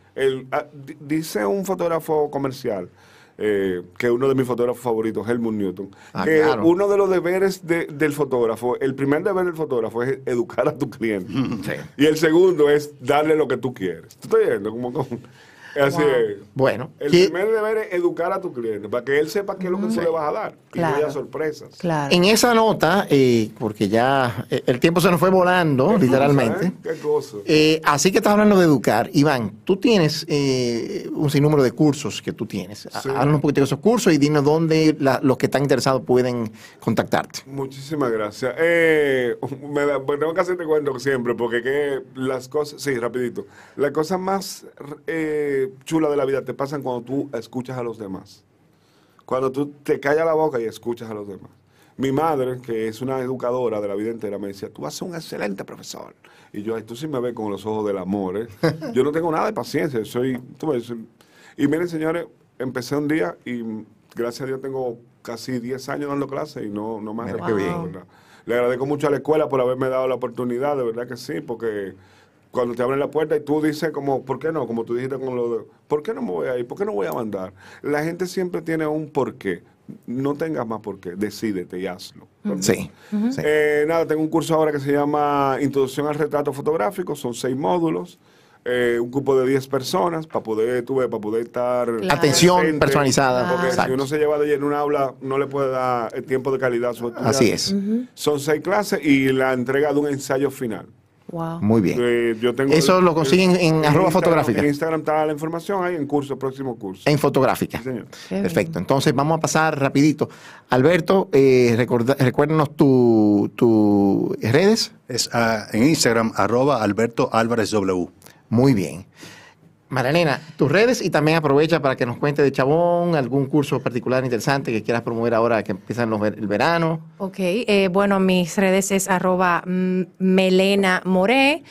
dice un fotógrafo comercial, que uno de mis fotógrafos favoritos, Helmut Newton, que claro. uno de los deberes del fotógrafo, el primer deber del fotógrafo es educar a tu cliente. Sí. Y el segundo es darle lo que tú quieres. ¿Tú estás viendo? Así es. Bueno, El que primer deber es educar a tu cliente para que él sepa qué es lo que tú le vas a dar y no Claro. haya sorpresas. Claro. en esa nota, porque ya el tiempo se nos fue volando, Qué literalmente. cosa, ¿eh? Qué cosa. Así que estás hablando de educar. Iván, tú tienes un sinnúmero de cursos que tú tienes. Sí. Háblanos un poquito de esos cursos y dinos dónde los que están interesados pueden contactarte. Muchísimas gracias. Pues tengo que hacerte cuento siempre, porque que las cosas, sí, rapidito, las cosas más chulas de la vida te pasan cuando tú escuchas a los demás. Cuando tú te callas la boca y escuchas a los demás. Mi madre, que es una educadora de la vida entera, me decía, tú vas a ser un excelente profesor. Y yo, ay, tú sí me ves con los ojos del amor, ¿eh? Yo no tengo nada de paciencia, Y miren, señores, empecé un día y gracias a Dios tengo casi 10 años dando clases y no me Mira, arrepiento, qué bien. de verdad. Le agradezco mucho a la escuela por haberme dado la oportunidad, de verdad que sí, porque cuando te abren la puerta y tú dices como, ¿por qué no? Como tú dijiste con lo de, ¿por qué no me voy a ir? ¿Por qué no voy a mandar? La gente siempre tiene un porqué. No tengas más porqué, decídete y hazlo. Sí. Sí. Nada, tengo un curso ahora que se llama Introducción al Retrato Fotográfico, son 6 módulos, un grupo de 10 personas para poder, para poder estar... Claro. Atención presente, personalizada. Porque Exacto. si uno se lleva de lleno un aula, no le puede dar el tiempo de calidad a su estudiante. Así es. Son 6 clases y la entrega de un ensayo final. Wow. Muy bien. Yo tengo Eso lo consiguen en arroba Instagram, fotográfica. En Instagram está la información, ahí en próximo curso. En fotográfica. Sí, señor. Qué Perfecto. Entonces vamos a pasar rapidito. Alberto, recuérdanos tus redes. Es en Instagram, @Alberto Álvarez W. Muy bien. Marilena, tus redes y también aprovecha para que nos cuente de Chabón, algún curso particular interesante que quieras promover ahora que empiezan el verano. Ok, bueno, mis redes es @Melena Moré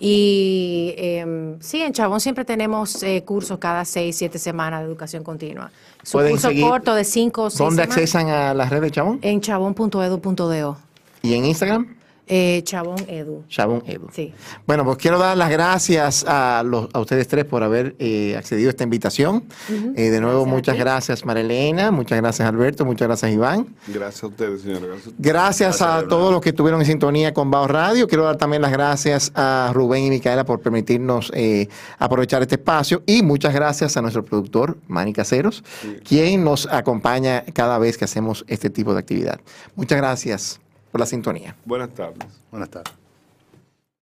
y sí, en Chabón siempre tenemos cursos cada 6, 7 semanas de educación continua. Es un Pueden curso seguir- corto de 5 o 6 ¿Dónde semanas. accesan a las redes de Chabón? En chabón.edu.do. ¿Y en Instagram? Chabón Edu. Chabón Edu. Sí. Bueno, pues quiero dar las gracias a ustedes tres por haber accedido a esta invitación. De nuevo, Gracias a muchas ti. gracias Marilena, muchas gracias Alberto, muchas gracias Iván. Gracias a ustedes, señores. Gracias. Gracias a Gracias, todos los que estuvieron en sintonía con Bao Radio. Quiero dar también las gracias a Rubén y Micaela por permitirnos aprovechar este espacio. Y muchas gracias a nuestro productor, Manny Caseros, quien nos acompaña cada vez que hacemos este tipo de actividad. Muchas gracias por la sintonía. Buenas tardes. Buenas tardes.